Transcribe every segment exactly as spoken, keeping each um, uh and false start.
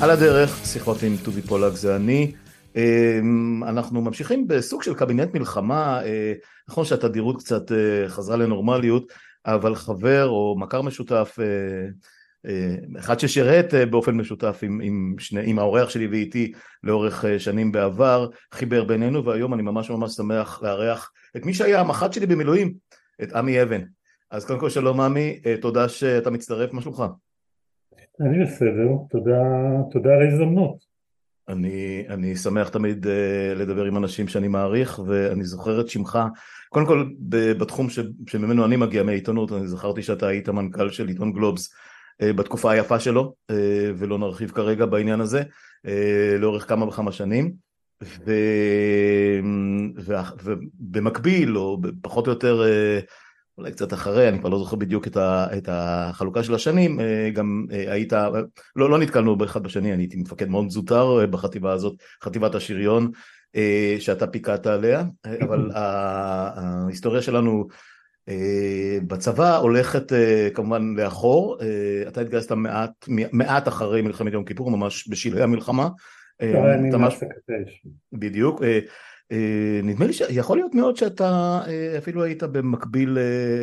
על הדרך, שיחות עם טובי פולק זה אני. אנחנו ממשיכים בסוג של קבינט מלחמה, נכון שהתדירות קצת חזרה לנורמליות, אבל חבר או מכר משותף, אחד ששירת באופן משותף עם, עם, שני, עם האורח שלי ואיתי לאורך שנים בעבר, חיבר בינינו, והיום אני ממש ממש שמח לארח את מי שהיה המח"ט שלי במילואים, את עמי אבן. אז קודם כל שלום עמי, תודה שאתה מצטרף, מה שלומך? אני בסדר, תודה, תודה על ההזדמנות. אני, אני שמח תמיד uh, לדבר עם אנשים שאני מעריך, ואני זוכר את שמך, קודם כל בתחום ש, שממנו אני מגיע מהעיתונות, אני זכרתי שאתה היית מנכ"ל של עיתון גלובס uh, בתקופה היפה שלו, uh, ולא נרחיב כרגע בעניין הזה, uh, לאורך כמה וכמה שנים, ו, ו, ובמקביל, או פחות או יותר, uh, אולי קצת אחרי, אני כבר לא זוכר בדיוק את, ה, את החלוקה של השנים, גם היית, לא, לא נתקלנו באחד בשני, אני הייתי מפקד מאוד זוטר בחטיבה הזאת, חטיבת השריון, שאתה פיקדת עליה, אבל ההיסטוריה שלנו בצבא הולכת כמובן לאחור, אתה התגייסת מעט, מעט אחרי מלחמת יום כיפור, ממש בשלהי המלחמה. קרה ימים אתה מש... להפסקת האש. בדיוק. נדמה לי שיכול להיות מאוד שאתה אפילו היית במקביל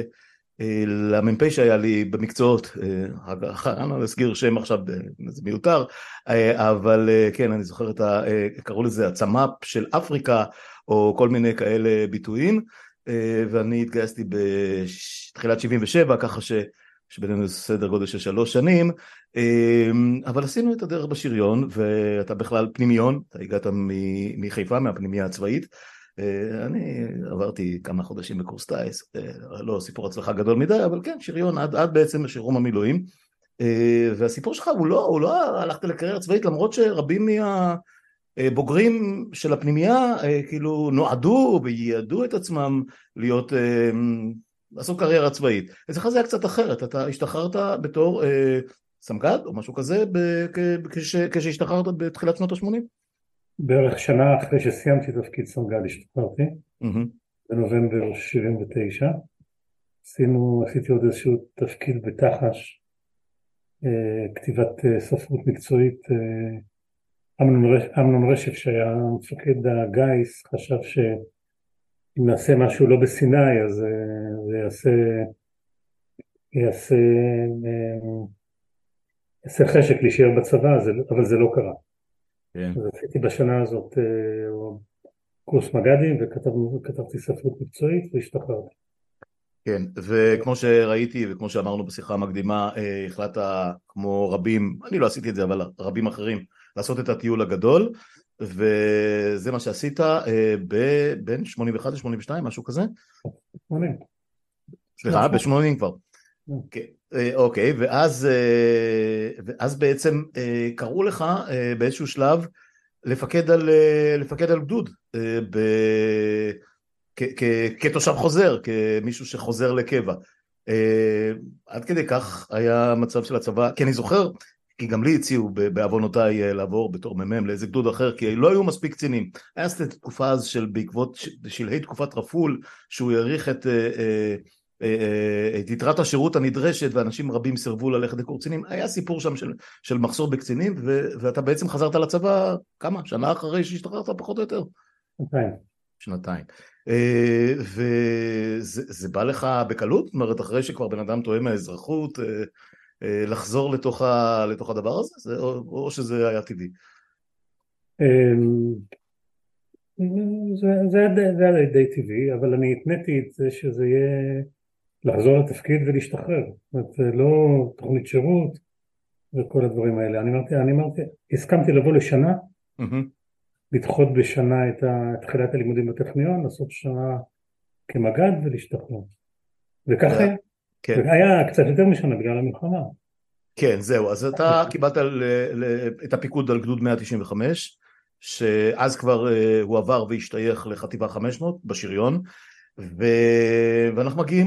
למ"פ שהיה לי במקצועות, אני לא אסגיר שם עכשיו, זה מיותר, אבל כן, אני זוכר את ה... קראו לזה הצמ"פ של אפריקה, או כל מיני כאלה ביטויים, ואני התגייסתי בתחילת שבעים ושבע, ככה ש... שבינינו סדר גודל של שלוש שנים, אבל עשינו את הדרך בשריון, ואתה בכלל פנימיון, אתה הגעת מחיפה, מהפנימיה הצבאית, אני עברתי כמה חודשים בקורס טייס, לא סיפור הצלחה גדול מדי, אבל כן, שריון עד, עד בעצם לשחרור המילואים, והסיפור שלך הוא לא, הוא לא הלכת לקריירה צבאית, למרות שרבים מהבוגרים של הפנימיה כאילו נועדו וייעדו את עצמם להיות... לעשות קריירה צבאית. אצלך זה היה קצת אחרת, אתה השתחררת בתור אה, סמג"ד או משהו כזה, כש, כשהשתחררת בתחילת שנות ה-שמונים? בערך שנה אחרי שסיימתי תפקיד סמג"ד השתחררתי, Mm-hmm. בנובמבר שבעים ותשע. עשינו, עשיתי עוד איזשהו תפקיד בתחש, אה, כתיבת אה, ספרות מקצועית. אה, אמנון, רש, אמנון רשף שהיה מפקד הגיס חשב שאם נעשה משהו לא בסיני אז אה, זה יעשה, יעשה, אה, יעשה חשק להישאר בצבא, זה, אבל זה לא קרה. כן. אז עשיתי בשנה הזאת אה, קורס מג"דים וכתבתי ספרות מקצועית והשתחררתי. כן, וכמו שראיתי וכמו שאמרנו בשיחה המקדימה, אה, החלטת כמו רבים, אני לא עשיתי את זה אבל רבים אחרים, לעשות את הטיול הגדול, וזה מה שעשית אה, בין שמונים ואחת ל-שמונים ושתיים, משהו כזה? שמונים. סליחה, ב-שמונים כבר. כן, אוקיי, ואז, ואז בעצם קראו לך באיזשהו שלב לפקד על, לפקד על גדוד, ב, כ, כ, כתושב חוזר, כמישהו שחוזר לקבע. עד כדי כך היה מצב של הצבא, כי אני זוכר, כי גם לי הציעו בעוונותיי לעבור בתור מ"מ לאיזה גדוד אחר, כי לא היו מספיק קצינים. היה את התקופה הזו של בעקבות שלהי תקופת רפול, שהוא העריך את... את יתרת השירות הנדרשת, ואנשים רבים סרבו ללכת לקורס קצינים. היה סיפור שם של, של מחסור בקצינים, ו, ואתה בעצם חזרת לצבא כמה? שנה אחרי שהשתחררת פחות או יותר? שנתיים. שנתיים. וזה זה בא לך בקלות? זאת אומרת, אחרי שכבר בן אדם טועה מהאזרחות, לחזור לתוך, ה, לתוך הדבר הזה? זה, או, או שזה היה טבעי? זה, זה, זה היה די טבעי, אבל אני התניתי את זה שזה יהיה לחזור לתפקיד ולהשתחרר. זאת אומרת, זה לא תוכנית שירות וכל הדברים האלה. אני אמרתי, אני אמרתי, הסכמתי לבוא לשנה, לדחות בשנה את תחילת הלימודים בטכניון, לעשות שנה כמג"ד ולהשתחרר. וכך היה. כן. והיה קצת יותר משנה בגלל המלחמה. כן, זהו. אז אתה קיבלת את הפיקוד על גדוד מאה תשעים וחמש, שאז כבר הוא עבר והשתייך לחטיבה חמש מאות בשריון, ו... ואנחנו מגיעים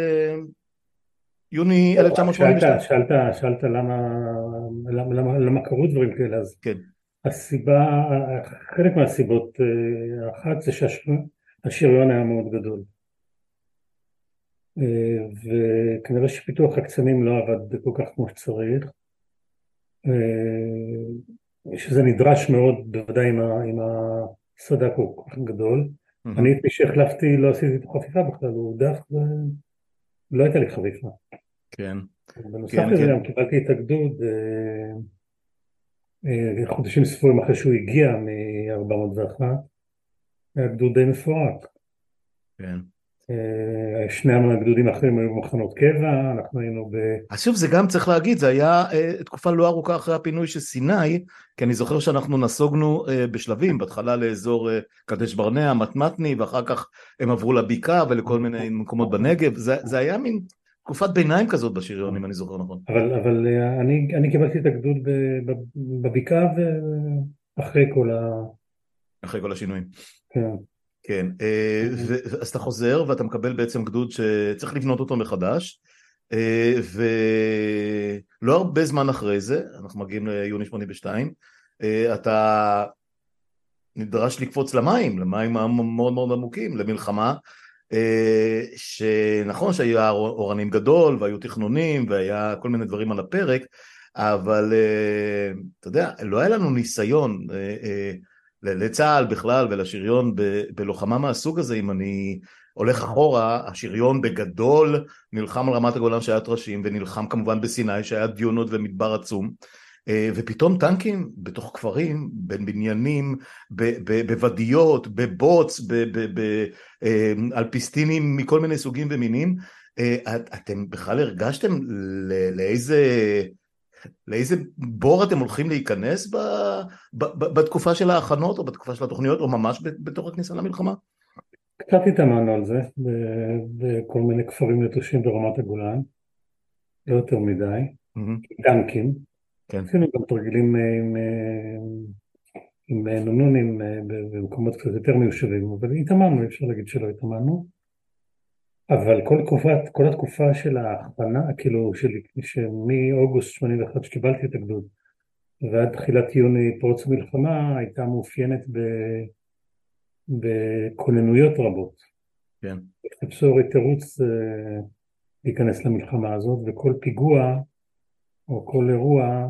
ליוני אלף תשע מאות שמונים ושתיים. שאלת, שאלת, שאלת למה, למה, למה, למה קרו דברים כאלה, אז כן. הסיבה, חלק מהסיבות, אחת זה שהשריון היה מאוד גדול, וכנראה שפיתוח הקצנים לא עבד כל כך כמו שצריך, שזה נדרש מאוד, בוודאי עם, ה, עם הסדק הוא כל כך גדול. מהמם. אני את מי שהחלפתי לא עשיתי איתו חפיפה בכלל, הוא הודח ולא הייתה לי חפיפה. כן, בנוסף כן, לזה כן. גם קיבלתי את הגדוד אה, אה, חודשים ספורים אחרי שהוא הגיע מ-ארבע מאות ואחת, היה גדוד די מפורק. כן. אה, שני הגדודים האחרים היו במחנות קבע, אנחנו היינו ב... אז שוב, זה גם צריך להגיד, זה היה אה, תקופה לא ארוכה אחרי הפינוי של סיני, כי אני זוכר שאנחנו נסוגנו אה, בשלבים, בהתחלה לאזור אה, קדש ברנע, מתמטני, ואחר כך הם עברו לבקעה ולכל מיני מקומות בנגב, זה, זה היה מין תקופת ביניים כזאת בשריון, אם אני זוכר נכון. אבל, אבל אה, אני, אני קיבלתי את הגדוד ב- ב- בבקעה ואחרי כל ה... אחרי כל השינויים. כן. כן, אה, ו- אז אתה חוזר ואתה מקבל בעצם גדוד שצריך לבנות אותו מחדש, אה, ולא הרבה זמן אחרי זה, אנחנו מגיעים ליוני שמונים ושתיים, אה, אתה נדרש לקפוץ למים, למים מאוד מאוד עמוקים, למלחמה, אה, שנכון שהיה אורנים גדול והיו תכנונים והיה כל מיני דברים על הפרק, אבל אה, אתה יודע, לא היה לנו ניסיון אה, אה, לצה"ל בכלל ולשריון ב- בלוחמה מהסוג הזה. אם אני הולך אחורה, השריון בגדול נלחם על רמת הגולן שהיה טרשים, ונלחם כמובן בסיני שהיה דיונות ומדבר עצום, אה, ופתאום טנקים בתוך כפרים, בין בניינים, ב- ב- בוודיות, בבוץ, ב- ב- ב- אה, אלפיסטינים מכל מיני סוגים ומינים. אה, את- אתם בכלל הרגשתם ל- לאיזה לאיזה בור אתם הולכים להיכנס ב, ב, ב, בתקופה של ההכנות או בתקופה של התוכניות או ממש ב- בתוך הכניסה למלחמה? קצת התאמנו על זה ב- בכל מיני כפרים נטושים ברמת הגולן, לא יותר מדי, מהמם. טנקים. כן, עשינו גם תרגילים אה, עם, אה, עם אה, נונונים אה, ב- במקומות קצת יותר מיושבים, אבל התאמנו, אי אפשר להגיד שלא התאמנו. אבל כל תקופת, כל התקופה של ההכנה, כאילו, של, שמאוגוסט שמונים ואחת שקיבלתי את הגדוד, ועד תחילת יוני פרוץ המלחמה, הייתה מאופיינת ב, בכוננויות רבות. כן, חיפשו הרי תירוץ אה, להיכנס למלחמה הזאת, וכל פיגוע או כל אירוע,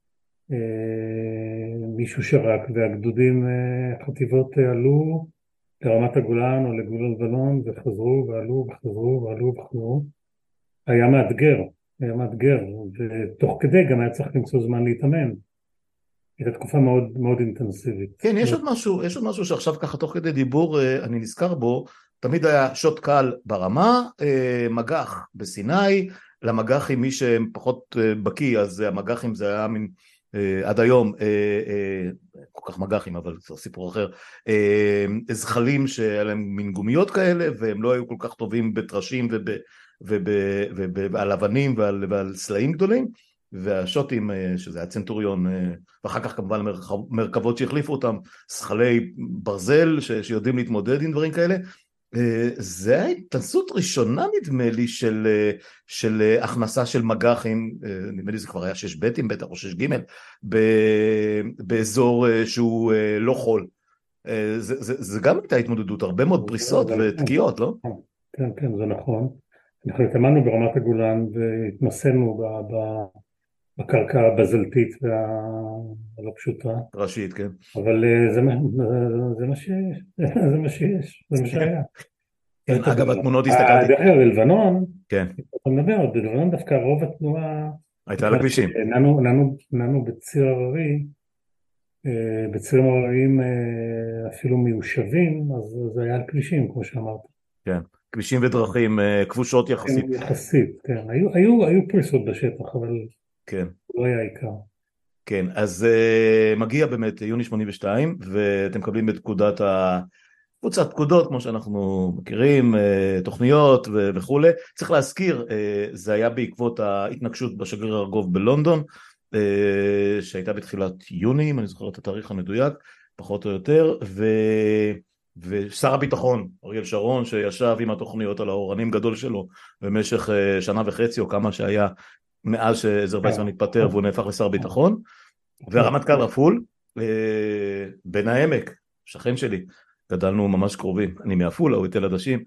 אה, מישהו שרק, והגדודים, אה, חטיבות אה, עלו לרמת הגולן או לגבול הלבנון, וחזרו ועלו וחזרו ועלו וחזרו. היה מאתגר, היה מאתגר, ותוך כדי גם היה צריך למצוא זמן להתאמן. הייתה תקופה מאוד מאוד אינטנסיבית. כן, יש עוד משהו, יש עוד משהו שעכשיו ככה תוך כדי דיבור אה, אני נזכר בו. תמיד היה שוט קל ברמה, אה, מגח בסיני, למגחים מי שפחות אה, בקיא, אז המגחים זה היה מין, אה, עד היום, אה, אה, כל כך מגחים אבל זה סיפור אחר, אה, זחלים שהיה להם מין גומיות כאלה, והם לא היו כל כך טובים בטרשים וב, וב, וב, ועל אבנים ועל, ועל סלעים גדולים, והשוטים שזה היה צנטוריון, ואחר כך כמובן מרכבות שהחליפו אותם, שכלי ברזל ש, שיודעים להתמודד עם דברים כאלה. זה ההתנסות ראשונה נדמה לי של, של הכנסה של מגחים, נדמה לי זה כבר היה שש ביתים בטח או שש גימל, באזור שהוא לא חול. זה, זה, זה גם הייתה התמודדות, הרבה מאוד פריסות ותקיעות, לא? כן, כן, זה נכון. אנחנו התאמנו ברמת הגולן והתמסנו ב... ב... בקרקע הבזלתית והלא פשוטה. ראשית, כן. אבל זה מה, זה מה שיש, זה מה שיש, זה מה שהיה. כן, אגב, התמונות הסתכלתי. דרך אגב, בלבנון, כן. אתה מדבר, בלבנון דווקא רוב התנועה הייתה על הכבישים. נענו בציר הררי, בצירים הרריים אפילו מיושבים, אז זה היה על כבישים, כמו שאמרת. כן, כבישים ודרכים כבושות יחסית. יחסית, כן. היו פריסות בשטח, אבל כן. לא היה עיקר. כן, אז uh, מגיע באמת יוני שמונים ושתיים, ואתם מקבלים את פקודת ה... קבוצת פקודות, כמו שאנחנו מכירים, uh, תוכניות ו- וכו'. צריך להזכיר, uh, זה היה בעקבות ההתנגשות בשגריר ארגוב בלונדון, uh, שהייתה בתחילת יוני, אם אני זוכר את התאריך המדויק, פחות או יותר, ו... ושר הביטחון, אריאל שרון, שישב עם התוכניות על האורנים גדול שלו, במשך uh, שנה וחצי או כמה שהיה, מאז שעזר ויצמן התפטר והוא נהפך לשר ביטחון, והרמטכ"ל רפול, בן העמק, שכן שלי, גדלנו ממש קרובים, אני מעפולה, הוא מתל עדשים,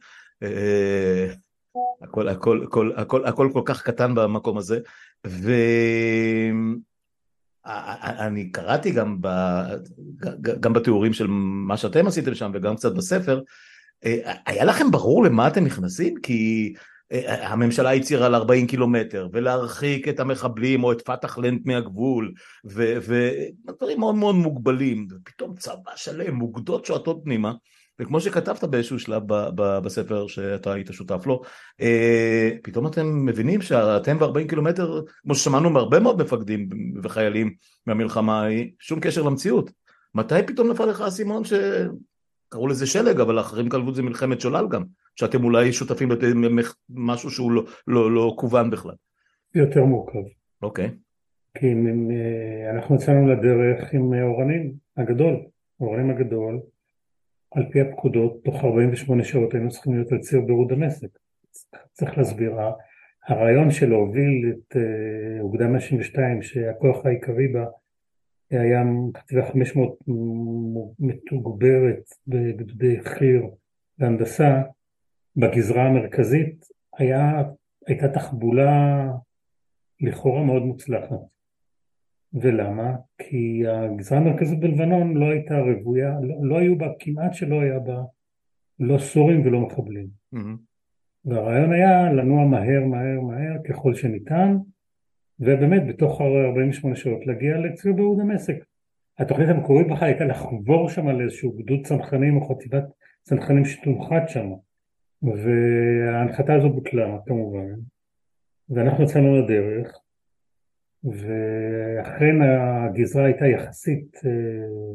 הכל, הכל, הכל, הכל, הכל כל כך קטן במקום הזה, ו... אני קראתי גם, ב, גם בתיאורים של מה שאתם עשיתם שם וגם קצת בספר, היה לכם ברור למה אתם נכנסים? כי הממשלה הצהירה על ארבעים קילומטר, ולהרחיק את המחבלים או את פתח לנט מהגבול, ודברים מאוד מאוד מוגבלים, ופתאום צבא שלם, מוגדות שועטות פנימה, וכמו שכתבת באיזשהו שלב בספר שאתה היית שותף לו, פתאום אתם מבינים שאתם ב-ארבעים קילומטר, כמו ששמענו מהרבה מאוד מפקדים וחיילים מהמלחמה ההיא, שום קשר למציאות. מתי פתאום נפל לך האסימון שקראו לזה שלג, אבל האחרים קלבו את זה מלחמת שולל גם, שאתם אולי שותפים במשהו שהוא לא, לא, לא כוון בכלל? יותר מורכב. אוקיי. כי אנחנו יצאנו לדרך עם אורנים הגדול, אורנים הגדול, על פי הפקודות, תוך ארבעים ושמונה שעות היינו צריכים להיות על ציר בירות דמשק. צריך להסביר, הרעיון של להוביל את אוגדה מאה שישים ושתיים, שהכוח העיקרי בה היה חטיבה חמש מאות מתוגברת בגדודי חי"ר והנדסה, בגזרה המרכזית היה, הייתה תחבולה לכאורה מאוד מוצלחת. ולמה? כי הגזרה המרכזית בלבנון לא הייתה רבויה, לא, לא היו בה, כמעט שלא היה בה, לא סורים ולא מחבלים. Mm-hmm. והרעיון היה לנוע מהר, מהר, מהר, ככל שניתן, ובאמת בתוך ארבעים ושמונה שעות להגיע לציר בירות דמשק. התוכנית המקורית בכלל הייתה לחבור שם על איזשהו גדוד צנחנים או חטיבת צנחנים שתונחת שם, וההנחתה הזו בוטלה כמובן, ואנחנו יצאנו לדרך, ואכן הגזרה הייתה יחסית אה,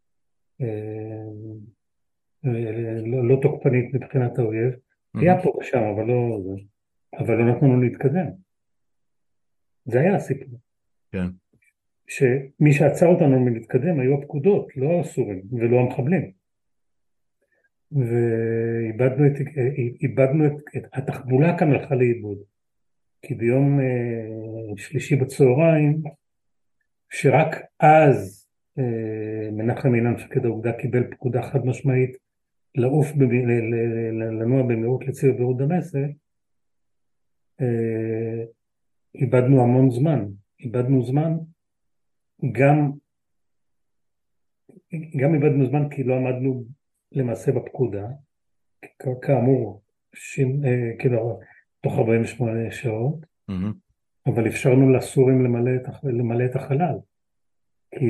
אה, לא, לא תוקפנית מבחינת האויב, mm-hmm. היה פה שם, אבל לא, אבל לא נתנו לנו להתקדם. זה היה הסיפור. כן. שמי שעצר אותנו מלהתקדם היו הפקודות, לא הסורים ולא המחבלים. ואיבדנו את, איבדנו את, את התחבולה כאן הלכה לאיבוד. כי ביום אה, שלישי בצהריים, שרק אז אה, מנחם אילן מפקד האוגדה קיבל פקודה חד משמעית לעוף, ב, ל, ל, ל, לנוע במהירות לציר בירות דמשק, אה, איבדנו המון זמן. איבדנו זמן, גם, גם איבדנו זמן כי לא עמדנו למעשה בפקודה, כאמור, שימ, אה, כאילו, תוך ארבעים ושמונה שעות, mm-hmm. אבל אפשרנו לסורים למלא את, למלא את החלל, כי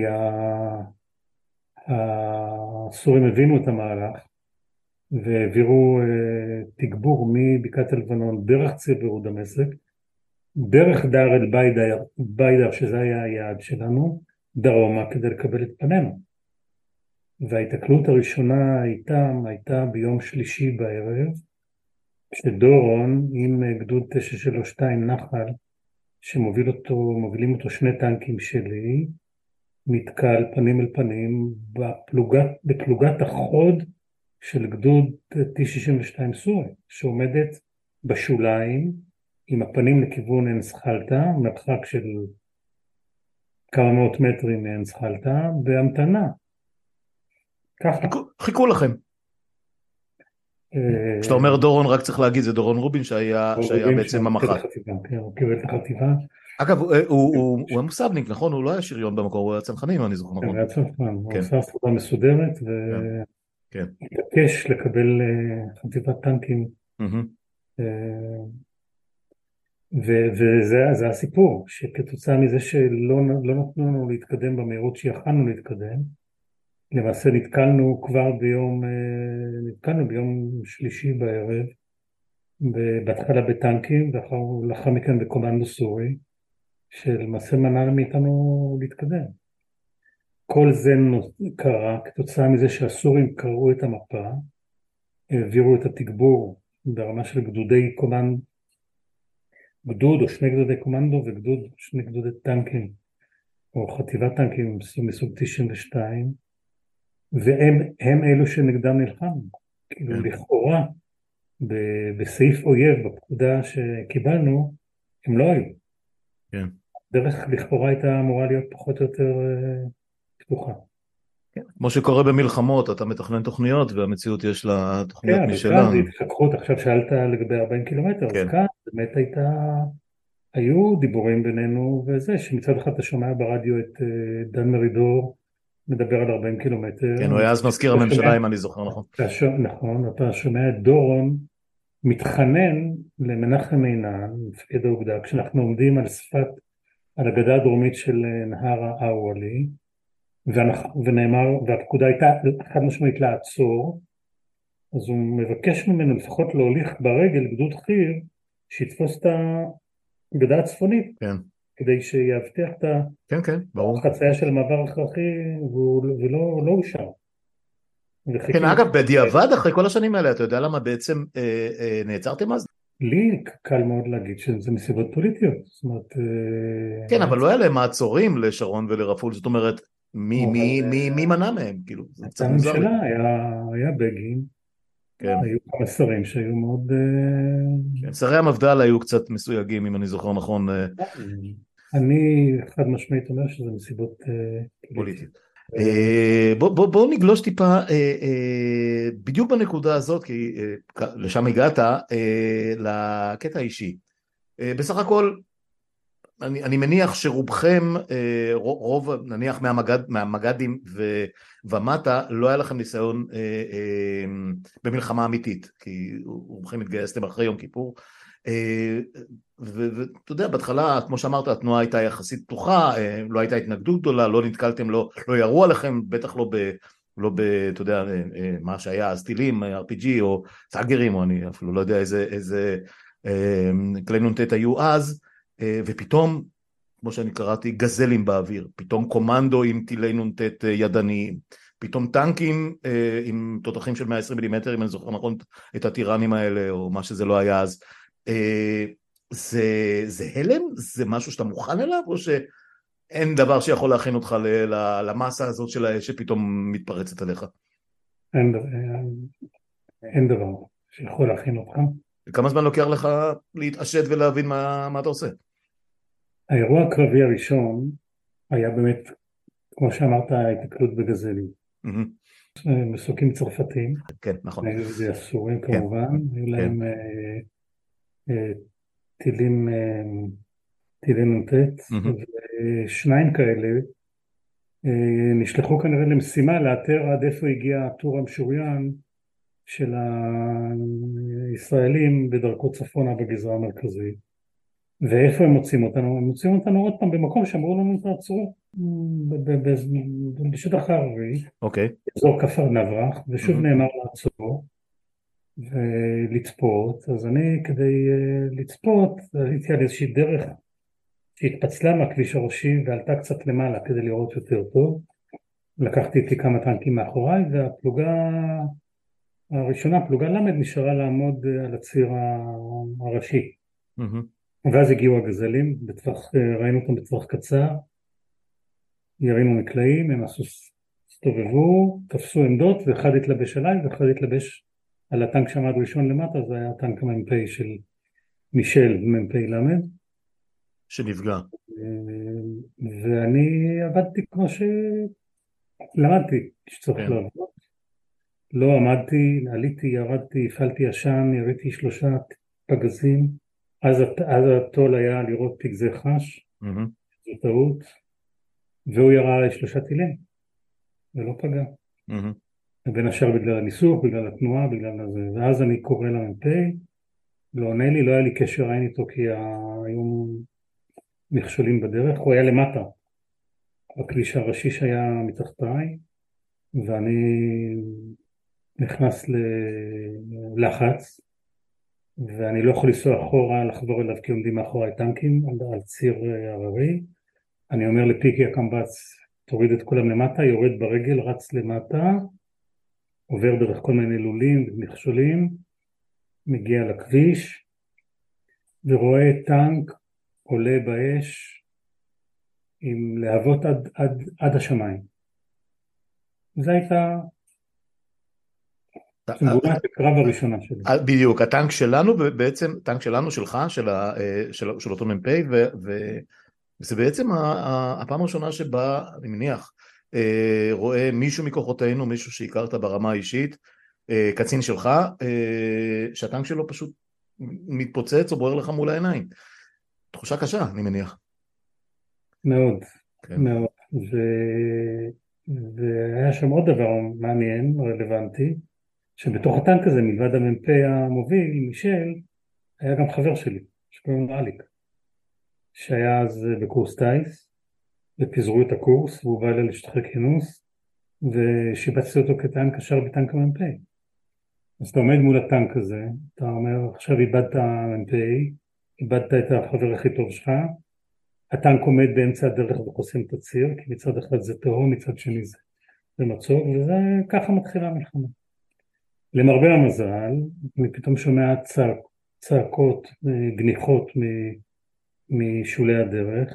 הסורים הבינו את המהלך, והעבירו uh, תגבור מבקעת הלבנון דרך ציר בירות דמשק, דרך דאר אל ביידר, ביידר שזה היה היעד שלנו, דרומה כדי לקבל את פנינו. וההתקלות הראשונה איתם הייתה ביום שלישי בערב, שדורון עם גדוד תשע שלוש שתיים נחל, שמוביל אותו, מובילים אותו שני טנקים שלי, מתקל פנים אל פנים בפלוגת, בפלוגת החוד של גדוד טי שישים ושתיים סורי, שעומדת בשוליים עם הפנים לכיוון עין זחלתא, מרחק של כמה מאות מטרים מעין זחלתא, בהמתנה. ככה. חיכו, חיכו לכם. כשאתה אומר דורון, רק צריך להגיד, זה דורון רובין שהיה, שהיה בעצם המח"ט. כן, הוא קיבל את החטיבה. אגב, הוא המוסבניק, נכון? הוא לא היה שריון במקור, הוא היה צנחנים, אני זוכר נכון. הוא היה צנחן, הוא עשה עבודה מסודרת, והתבקש לקבל חטיבת טנקים. וזה הסיפור, שכתוצאה מזה שלא נתנו לנו להתקדם במהירות שיכלנו להתקדם, למעשה נתקלנו כבר ביום, נתקלנו ביום שלישי בערב, בהתחלה בטנקים, ולאחר מכן בקומנדו סורי, שלמעשה מנע מאיתנו להתקדם. כל זה קרה כתוצאה מזה שהסורים קראו את המפה, העבירו את התגבור ברמה של גדודי קומנדו, גדוד או שני גדודי קומנדו וגדוד, שני גדודי טנקים, או חטיבת טנקים מסוג תשעים ושתיים, והם הם אלו שנגדם נלחמנו. כאילו לכאורה, בסעיף אויב, בפקודה שקיבלנו, הם לא היו. כן. דרך לכאורה הייתה אמורה להיות פחות או יותר פתוחה. כן. כמו שקורה במלחמות, אתה מתכנן תוכניות, והמציאות יש לה תוכניות משלה. כן, זה התחככות, עכשיו שאלת לגבי ארבעים קילומטר, אז כאן באמת הייתה היו דיבורים בינינו, וזה שמצד אחד אתה שומע ברדיו את דן מרידור מדבר על ארבעים קילומטר. כן, הוא היה אז מזכיר הממשלה, אם אני זוכר נכון. נכון, אתה שומע את דורון מתחנן למנחם עינן, מפקד האוגדה, כשאנחנו עומדים על שפת, על הגדה הדרומית של נהר האוולי, ונאמר, והפקודה הייתה חד משמעית לעצור, אז הוא מבקש ממנו לפחות להוליך ברגל גדוד חי"ר, שיתפוס את הגדה הצפונית, כן. כדי שיבטיח את כן, כן, ברור. החצייה של המעבר הכרחי, ולא לא אושר. כן, אגב, בדיעבד אחרי כל השנים האלה, אתה יודע למה בעצם אה, אה, נעצרתם אז? לי קל מאוד להגיד שזה מסיבות פוליטיות, זאת אומרת... כן, אבל לא היה להם מעצורים לשרון ולרפול, זאת אומרת, מי, מי, מי, מי מנע מהם? כאילו, זה קצת מוזר לי. הממשלה היה בגין, היו כמה שרים שהיו מאוד... שרי המפד"ל היו קצת מסויגים, אם אני זוכר נכון. אני חד משמעית אומר שזה מסיבות פוליטיות. בוא נגלוש טיפה בדיוק בנקודה הזאת, כי לשם הגעת, לקטע האישי. בסך הכל, אני, אני מניח שרובכם, רוב, נניח מהמגד, מהמגדים ומטה, לא היה לכם ניסיון במלחמה אמיתית, כי רובכם התגייסתם אחרי יום כיפור, ואתה יודע, בהתחלה, כמו שאמרת, התנועה הייתה יחסית פתוחה, לא הייתה התנגדות גדולה, לא נתקלתם, לא, לא ירו עליכם, בטח לא ב... לא ב... אתה יודע, מה שהיה, אז טילים, אר פי ג'י או צאגרים, או אני אפילו לא יודע איזה, איזה כלי נ"ט היו אז, ופתאום, כמו שאני קראתי, גזלים באוויר, פתאום קומנדו עם טילי נ"ט ידניים, פתאום טנקים עם תותחים של מאה ועשרים מילימטר, אם אני זוכר נכון את הטירנים האלה, או מה שזה לא היה אז. זה, זה הלם? זה משהו שאתה מוכן אליו, או שאין דבר שיכול להכין אותך למסה הזאת של שפתאום מתפרצת עליך? אין, אין דבר שיכול להכין אותך. וכמה זמן לוקח לך להתעשת ולהבין מה, מה אתה עושה? האירוע הקרבי הראשון היה באמת, כמו שאמרת, ההתקלות בגזלים. Mm-hmm. מסוקים צרפתיים. כן, נכון. זה הסורים כמובן, היו להם טילים, טילים נ"ט, ושניים כאלה נשלחו כנראה למשימה לאתר עד איפה הגיע הטור המשוריין של הישראלים בדרכו צפונה בגזרה המרכזית. ואיפה הם מוצאים אותנו? הם מוצאים אותנו עוד פעם במקום שאמרו לנו תעצרו, בשטח הערבי, אזור כפר נברח, ושוב נאמר לעצור ולצפות. אז אני כדי לצפות הייתי על איזושהי דרך שהתפצלה מהכביש הראשי ועלתה קצת למעלה כדי לראות יותר טוב. לקחתי איתי כמה טנקים מאחוריי, והפלוגה הראשונה, פלוגה למד, נשארה לעמוד על הציר הראשי. ואז הגיעו הגזלים, בטווח, ראינו אותם בטווח קצר, ירינו מקלעים, הם עשו, הסתובבו, תפסו עמדות, ואחד התלבש עליי, ואחד התלבש על הטנק שעמד ראשון למטה, זה היה הטנק המ"פ של מישל, מ"פ למד. שנפגע. ואני עבדתי כמו שלמדתי, שצריך כן. לעבוד. לא עמדתי, עליתי, ירדתי, הפעלתי ישן, יריתי שלושה פגזים, אז, אז התול היה לראות פגזי חש, mm-hmm. זו טעות, והוא ירה עלי שלושה טילים, ולא פגע. Mm-hmm. בין השאר בגלל הניסוך, בגלל התנועה, בגלל הזה. ואז אני קורא למ"פ, לא עונה לי, לא היה לי קשר עין איתו, כי היו מכשולים בדרך, הוא היה למטה. הכביש הראשי שהיה מתחתיי, ואני נכנס ללחץ, ואני לא יכול לנסוע אחורה, לחזור אליו, כי עומדים מאחורי טנקים על ציר הררי. אני אומר לפיקי הקמב"ץ, תוריד את כולם למטה, יורד ברגל, רץ למטה, עובר דרך כל מיני לולים ומכשולים, מגיע לכביש, ורואה טנק עולה באש, עם להבות עד, עד, עד השמיים. זו הייתה תמונת הקרב הראשונה שלי. בדיוק, הטנק שלנו, בעצם, טנק שלנו, שלך, של, של, של אותו מ"פ, וזה בעצם הפעם הראשונה שבה, אני מניח, רואה מישהו מכוחותינו, מישהו שהכרת ברמה האישית, קצין שלך, שהטנק שלו פשוט מתפוצץ או בוער לך מול העיניים. תחושה קשה, אני מניח. מאוד, כן. מאוד. ו... והיה שם עוד דבר מעניין, רלוונטי, שבתוך הטנק הזה, מלבד המ"פ המוביל, מישל, היה גם חבר שלי, שקוראים לו אליק, שהיה אז בקורס טייס, ופיזרו את הקורס, והוא בא אליי לשטחי כינוס, ושיבצתי אותו כטנק קשר בטנק המ"פ. אז אתה עומד מול הטנק הזה, אתה אומר, עכשיו איבדת מ"פ, איבדת את החבר הכי טוב שלך, הטנק עומד באמצע הדרך וחוסם את הציר, כי מצד אחד זה תהום, מצד שני זה, זה מצור, וזה ככה מתחילה המלחמה. למרבה המזל, אני פתאום שומע צעק, צעקות, גניחות משולי הדרך,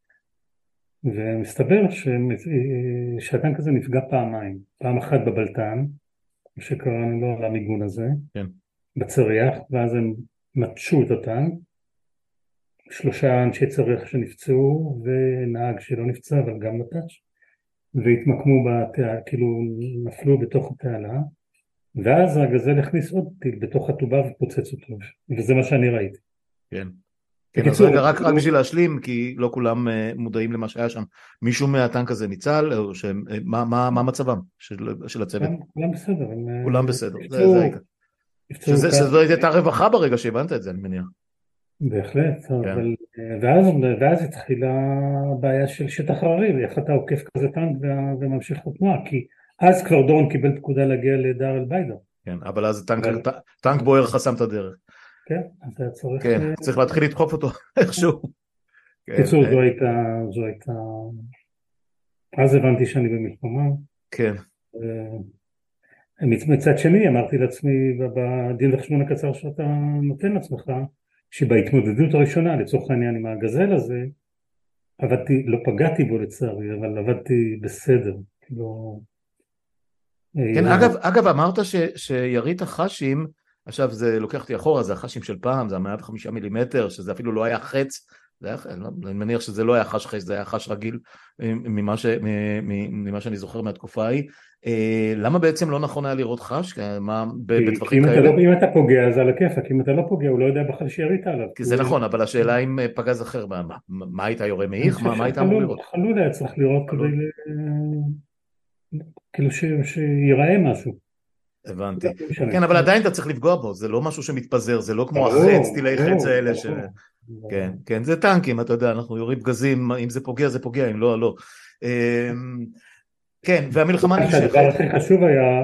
ומסתבר ש... שהטנק הזה נפגע פעמיים, פעם אחת בבלטן, שקראנו לו על המיגון הזה, כן. בצריח, ואז הם נטשו את הטנק, שלושה אנשי צריח שנפצעו, ונהג שלא נפצע, אבל גם נטש, והתמקמו בתעלה, כאילו נפלו בתוך התעלה, ואז הגזל הכניס עוד טיל בתוך הטובה ופוצץ אותו, וזה מה שאני ראיתי. כן. כן, אז רגע, רק, רק בשביל להשלים, כי לא כולם מודעים למה שהיה שם. מישהו מהטנק הזה ניצל, או שהם, מה, מה, מה מצבם של, של הצוות? כולם בסדר. כולם בסדר, זה, זה העיקר. שזה, שזו הייתה רווחה ברגע שהבנת את זה, אני מניח. בהחלט, אבל, ואז, ואז התחילה הבעיה של שטח הררי, איך אתה עוקף כזה טנק וממשיך לתנועה, כי אז כבר דורון קיבל פקודה להגיע לדאר אל ביידר. כן, אבל אז טנק, אבל... טנק בוער חסם את הדרך. כן, אז היה צריך... כן, צריך להתחיל לדחוף אותו איכשהו. קיצור, זו הייתה, זו הייתה... אז הבנתי שאני במלחמה. כן. מצד שני, אמרתי לעצמי, בדין וחשבון הקצר שאתה נותן לעצמך, שבהתמודדות הראשונה, לצורך העניין עם הגזל הזה, עבדתי, לא פגעתי בו לצערי, אבל עבדתי בסדר. כאילו... כן, אגב, אגב, אמרת ש, שירית החשים, עכשיו זה לוקח אותי אחורה, זה החשים של פעם, זה מאה וחמישה מילימטר, שזה אפילו לא היה חץ, זה היה, אני מניח שזה לא היה חש חץ, זה היה חש רגיל ממה, ש, ממה שאני זוכר מהתקופה ההיא. למה בעצם לא נכון היה לראות חש? מה, בטווחים כאלה? לא, אם אתה פוגע זה על הכיפק, אם אתה לא פוגע הוא לא יודע בכלל שירית עליו. כי זה נכון, אבל השאלה אם פגז אחר, מה, מה היית יורה מאיך? מה היית אמור לראות? חלוד היה צריך לראות כדי כאילו שיראה משהו. הבנתי. כן, אבל עדיין אתה צריך לפגוע בו, זה לא משהו שמתפזר, זה לא כמו החץ, טילי חץ האלה ש... כן, כן, זה טנקים, אתה יודע, אנחנו יורים פגזים, אם זה פוגע, זה פוגע, אם לא, לא. כן, והמלחמה נמשכת. הדבר הכי חשוב היה,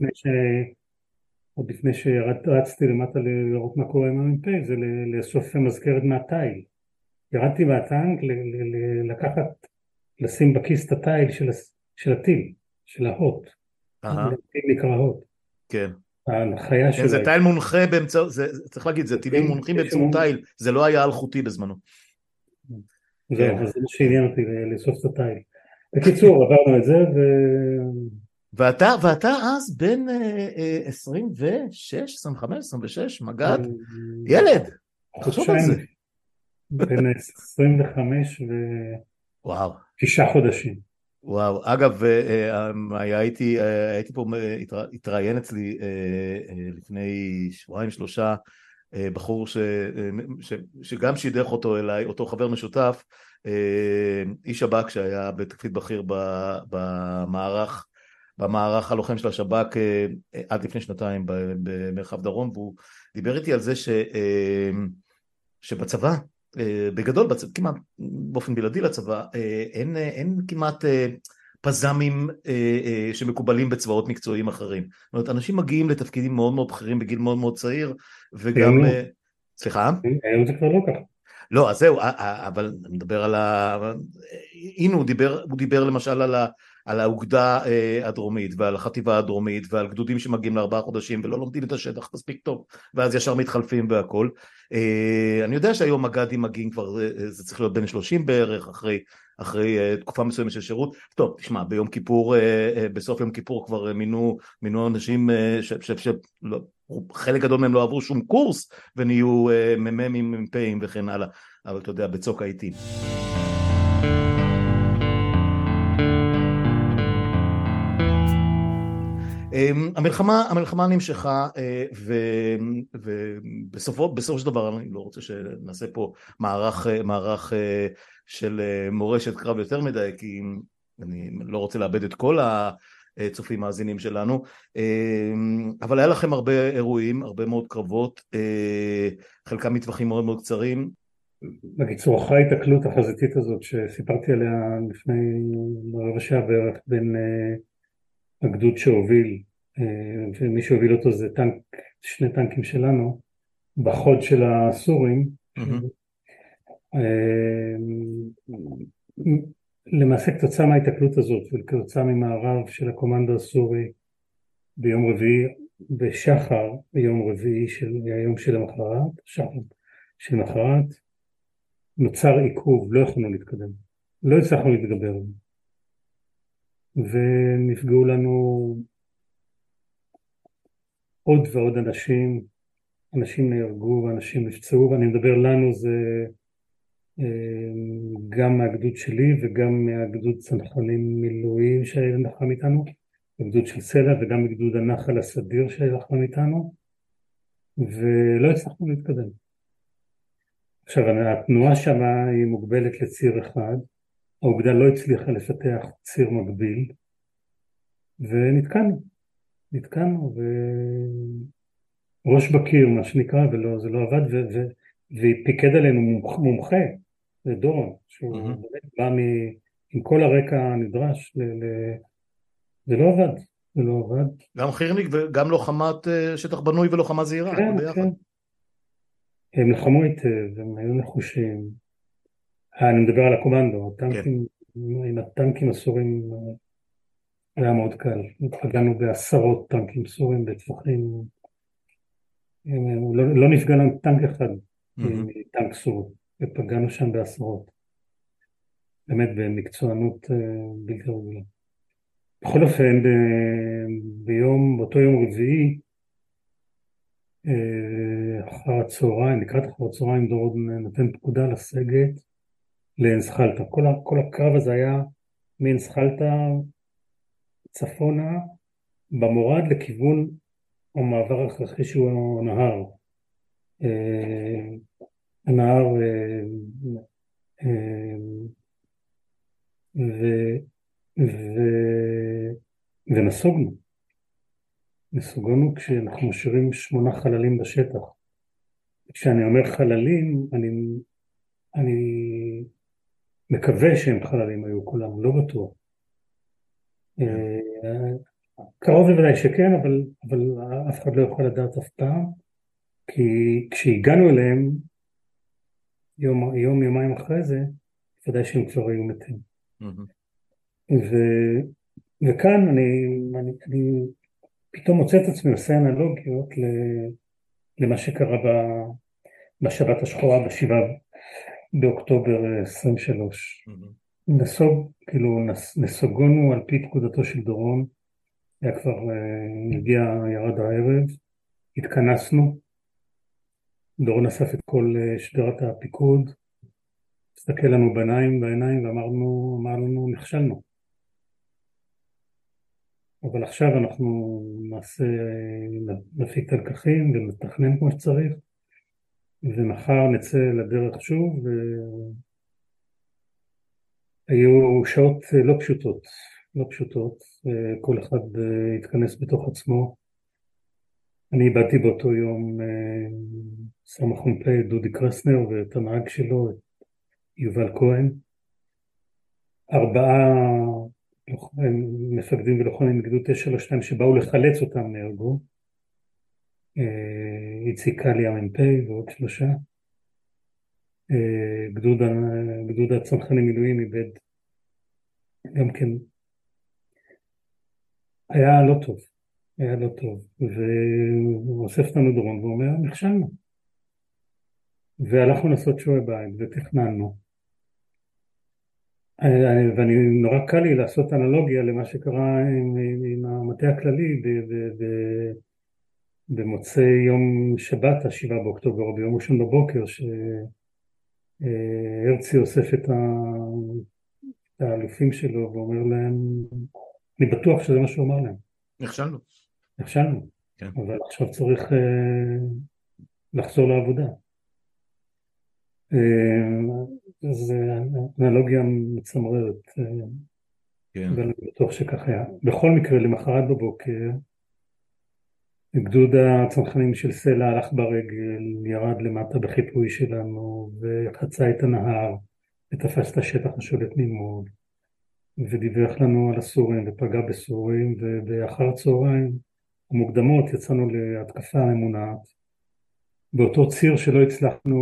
עוד לפני שרצתי למטה לראות מה קורה עם המ"פ, זה לאסוף מזכרת מהתיל. ירדתי מהטנק לקחת, לשים בכיס את התיל של הטיל, של ההוט. הטיל נקרא הוט. כן. ההנחיה כן, זה תיל מונחה באמצעות, צריך להגיד, זה טילים מונחים באמצעות תיל, זה לא היה אלחוטי בזמנו. זהו, אז זה מה שעניין אותי לאסוף את התיל. בקיצור, עברנו את זה ו... ואתה, ואתה אז בין עשרים ושש, עשרים וחמש, עשרים ושש, מג"ד, ילד, תחשוב על זה. בין עשרים וחמש ותשעה חודשים. וואו, אגב, הייתי, הייתי פה, התראיין אצלי לפני שבועיים שלושה, בחור ש, ש, שגם שידך אותו אליי, אותו חבר משותף, איש שב"כ שהיה בתפקיד בכיר במערך, במערך הלוחם של השב"כ עד לפני שנתיים במרחב דרום, והוא דיבר איתי על זה ש, שבצבא, בגדול, בצבא, כמעט באופן בלעדי לצבא, אין, אין כמעט פזמים שמקובלים בצבאות מקצועיים אחרים. זאת אומרת, אנשים מגיעים לתפקידים מאוד מאוד בכירים בגיל מאוד מאוד צעיר, וגם... סליחה? היום זה כבר לא ככה. לא, אז זהו, אבל נדבר על ה... הנה, הוא דיבר, הוא דיבר למשל על ה... על האוגדה הדרומית ועל החטיבה הדרומית ועל גדודים שמגיעים לארבעה חודשים ולא לומדים את השטח מספיק טוב ואז ישר מתחלפים והכל. אני יודע שהיום מג"דים מגיעים כבר, זה צריך להיות בין שלושים בערך אחרי, אחרי תקופה מסוימת של שירות. טוב, תשמע, ביום כיפור, בסוף יום כיפור כבר מינו, מינו אנשים שחלק גדול מהם לא עברו שום קורס ונהיו ממ"מים, מ"פים וכן הלאה, אבל אתה יודע, בצוק העיתים. המלחמה, המלחמה נמשכה, ובסופו, בסופו של דבר, אני לא רוצה שנעשה פה מערך, מערך של מורשת קרב יותר מדי, כי אני לא רוצה לאבד את כל הצופים מאזינים שלנו, אבל היה לכם הרבה אירועים, הרבה מאוד קרבות, חלקם מטווחים מאוד מאוד קצרים. בקיצור, אחרי ההתקלות החזיתית הזאת שסיפרתי עליה לפני רבע שעה בערך בין הגדוד שהוביל, ומי שהוביל אותו זה טנק, שני טנקים שלנו, בחוד של הסורים, mm-hmm. למעשה כתוצאה מההתקלות הזאת וכתוצאה ממערב של הקומנדו הסורי ביום רביעי, בשחר ביום רביעי של היום של המחרת, שחר של מחרת, נוצר עיכוב, לא יכולנו להתקדם, לא הצלחנו להתגבר, ונפגעו לנו עוד ועוד אנשים, אנשים נהרגו ואנשים נפצעו, ואני מדבר לנו זה גם מהגדוד שלי וגם מהגדוד צנחנים מילואים שהיה לחם איתנו, הגדוד של סלע וגם מגדוד הנחל הסדיר שהיה לחם איתנו, ולא הצלחנו להתקדם. עכשיו התנועה שם היא מוגבלת לציר אחד, האוגדה לא הצליחה לפתח ציר מקביל, ונתקענו, נתקענו וראש בקיר מה שנקרא, ולא, זה לא עבד, ו, ו, ופיקד עלינו מומחה, זה דורון, שהוא mm-hmm. באמת בא מ, עם כל הרקע הנדרש, ל, ל, זה לא עבד, זה לא עבד. גם חירניק וגם לוחמת שטח בנוי ולוחמה זהירה, כן, כן. הם לחמו היטב, הם היו נחושים. אני מדבר על הקומנדו, הטנקים, כן. עם הטנקים הסורים היה מאוד קל. פגענו בעשרות טנקים סורים בטווחים, לא, לא נפגע לנו טנק אחד, mm-hmm. טנק סורי, ופגענו שם בעשרות. באמת במקצוענות בלתי רגילה. בכל אופן, ביום, באותו יום רביעי, אחר הצהריים, לקראת אחר הצהריים דורון נותן פקודה לסגת לעין זחלתא. כל, כל הקרב הזה היה מעין זחלתא צפונה במורד לכיוון המעבר ההכרחי שהוא הנהר. הנהר ו, ו, ונסוגנו. נסוגנו כשאנחנו משאירים שמונה חללים בשטח. כשאני אומר חללים, אני, אני מקווה שהם חללים היו כולם, לא בטוח. קרוב לוודאי שכן, אבל, אבל אף אחד לא יכול לדעת אף פעם, כי כשהגענו אליהם, יום, יום יומיים אחרי זה, ודאי שהם כבר היו מתים. ו, וכאן אני, אני, אני פתאום מוצא את עצמי עושה אנלוגיות למה שקרה בשבת השחורה בשבעה באוקטובר עשרים ושלוש. נסוג, כאילו נסוגונו על פי פקודתו של דורון, היה כבר הגיע ירד הערב, התכנסנו, דורון אסף את כל שדרת הפיקוד, הסתכל לנו בעיניים בעיניים ואמרנו, אמרנו, נכשלנו. אבל עכשיו אנחנו נעשה, נפיק את הלקחים ונתכנן כמו שצריך, ומחר נצא לדרך שוב, והיו שעות לא פשוטות, לא פשוטות, כל אחד התכנס בתוך עצמו. אני איבדתי באותו יום סמ"פ דודי קרסנר ואת הנהג שלו, יובל כהן, ארבעה מפקדים ולוחמים מגדוד תשע שלוש שתיים שבאו לחלץ אותם נהרגו, איציק קלי המ"פ ועוד שלושה. גדוד, גדוד הצנחנים מילואים איבד גם כן, היה לא טוב, היה לא טוב, והוא אוסף אותנו דורון ואומר נכשלנו, והלכנו לעשות שיעורי בית ותכננו, ואני נורא קל לי לעשות אנלוגיה למה שקרה עם, עם המטה הכללי ב, ב, ב, במוצאי יום שבת השבעה באוקטובר או ביום ראשון בבוקר, שהרצי אוסף את האלופים שלו ואומר להם, אני בטוח שזה מה שהוא אמר להם. נכשלנו. נכשלנו, כן. אבל עכשיו צריך אה, לחזור לעבודה. אה, זו אנלוגיה מצמררת, אה, כן. ואני בטוח שכך היה. בכל מקרה, למחרת בבוקר, גדוד הצנחנים של סלע הלך ברגל, ירד למטה בחיפוי שלנו, וחצה את הנהר, ותפס את השטח השולט ממול, ודיווח לנו על הסורים, ופגע בסורים, ובאחר הצהריים המוקדמות יצאנו להתקפה הממונעת, באותו ציר שלא הצלחנו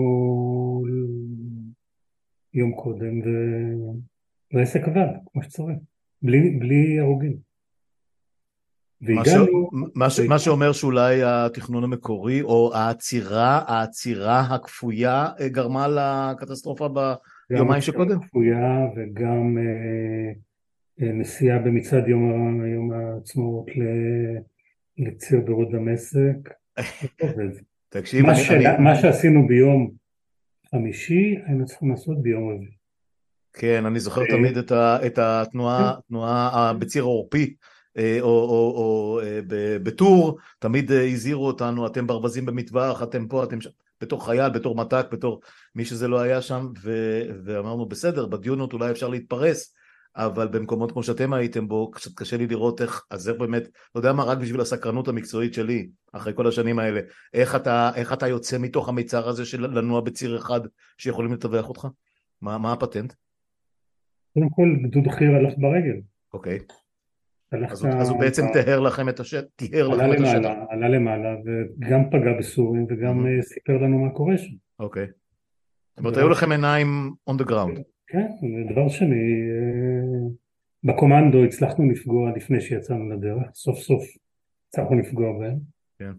יום קודם, והעסק עבד כמו שצריך, בלי, בלי הרוגים. מה, ש... והגענו, מה, ש... מה שאומר שאולי התכנון המקורי או העצירה, העצירה הכפויה גרמה לקטסטרופה גם ביומיים עצירה שקודם? כפויה וגם אה, אה, נסיעה במצעד יום, ה- יום העצמאות ל- לציר בירות דמשק. זה עובד. תקשיב, מה, אני, ש... אני, מה שעשינו ביום חמישי היינו צריכים לעשות ביום רביעי. כן, אני זוכר אה, תמיד את, ה, את כן, התנועה, התנועה בציר העורפי, אה, או, או, או אה, ב- בטור, תמיד אה, הזהירו אותנו, אתם ברווזים במטווח, אתם פה, אתם שם, בתור חייל, בתור מתק, בתור מי שזה לא היה שם, ו, ואמרנו, בסדר, בדיונות אולי אפשר להתפרס, אבל במקומות כמו שאתם הייתם בו, קצת קשה לי לראות איך, אז איך באמת, לא יודע מה, רק בשביל הסקרנות המקצועית שלי, אחרי כל השנים האלה, איך אתה, איך אתה יוצא מתוך המיצר הזה של לנוע בציר אחד, שיכולים לטווח אותך? מה, מה הפטנט? קודם כל גדוד חי"ר הלך ברגל. אוקיי. הלך, אז הוא, אז הוא בעצם תיאר לכם את השטח, תיאר עלה לכם את השטח. למעלה, עלה למעלה וגם פגע בסורים וגם Mm-hmm. אה, סיפר לנו מה קורה שם. אוקיי. זאת אומרת, היו דבר לכם שני, עיניים on the ground. כן, דבר שני, אה, בקומנדו הצלחנו לפגוע לפני שיצאנו לדרך, סוף סוף הצלחנו לפגוע בהם. כן.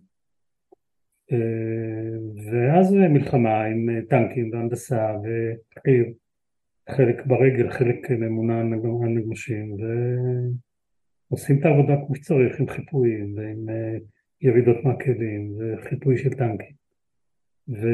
אה, ואז מלחמה עם אה, טנקים והנדסה וחי"ר, חלק ברגל, חלק ממונה על נגמשים, ועושים את העבודה כמו שצריך עם חיפויים ועם אה, ירידות מהכלים וחיפוי של טנקים. ו...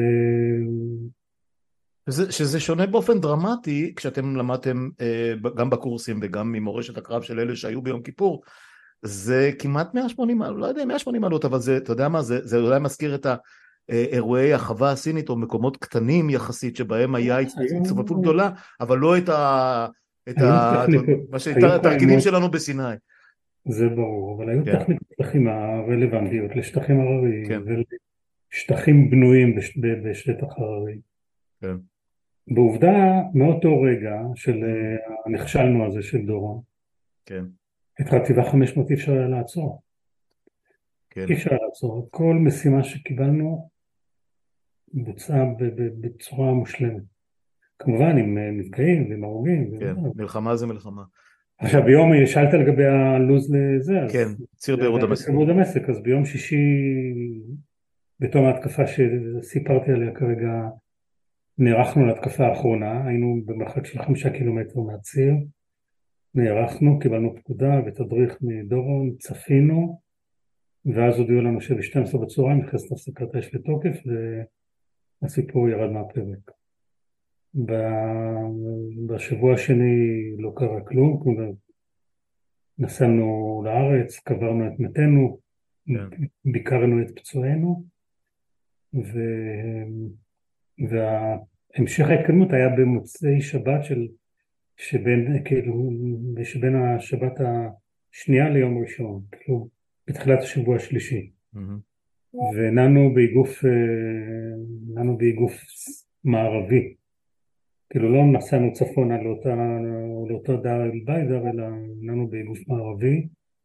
שזה, שזה שונה באופן דרמטי, כשאתם למדתם אה, גם בקורסים וגם ממורשת הקרב של אלה שהיו ביום כיפור, זה כמעט מאה ושמונים מעלות, לא יודע, מאה ושמונים מעלות, אבל זה, אתה יודע מה, זה, זה אולי מזכיר את האירועי החווה הסינית, או מקומות קטנים יחסית, שבהם היה הצטופפות היו, גדולה, אבל לא את ה... את היו ה... טכניקות, מה היו שהתרגילים קיימות, שלנו בסיני. זה ברור, אבל היו כן, טכניקות לחימה רלוונטיות לשטחים כן, הרריים ולשטחים בנויים בש... בשטח הררי. כן. בעובדה, מאותו רגע של Mm, אה, הנכשלנו הזה של דורון, כן, את חטיבה חמש מאות אי אפשר היה לעצור. כן. אי אפשר לעצור. כל משימה שקיבלנו בוצעה ב- ב- בצורה מושלמת. כמובן עם אה, נפגעים ועם הרוגים. כן, וזה. מלחמה זה מלחמה. עכשיו ביום, שאלת לגבי הלו"ז לזה, כן, אז ציר ביירות דמשק. בסיבוב דמשק, אז ביום שישי, בתום ההתקפה שסיפרתי עליה כרגע, נערכנו להתקפה האחרונה, היינו במרחק של חמישה קילומטר מהציר, נערכנו, קיבלנו פקודה ותדריך מדורון, צפינו, ואז הודיעו לנו שב-שתים עשרה בצהריים נכנסת הפסקת האש לתוקף, והסיפור ירד מהפרק. בשבוע השני לא קרה כלום, כלומר, נסענו לארץ, קברנו את מתינו, כן. ביקרנו את פצועינו, ו... והמשך ההתקדמות היה במוצאי שבת של... שבין, כאילו, שבין השבת השנייה ליום ראשון, כאילו, בתחילת השבוע השלישי. Mm-hmm. ונענו באיגוף, נענו באיגוף מערבי. כאילו לא נסענו צפונה לאותה, לאותה דאר אל ביידר, אלא נענו באיגוף מערבי.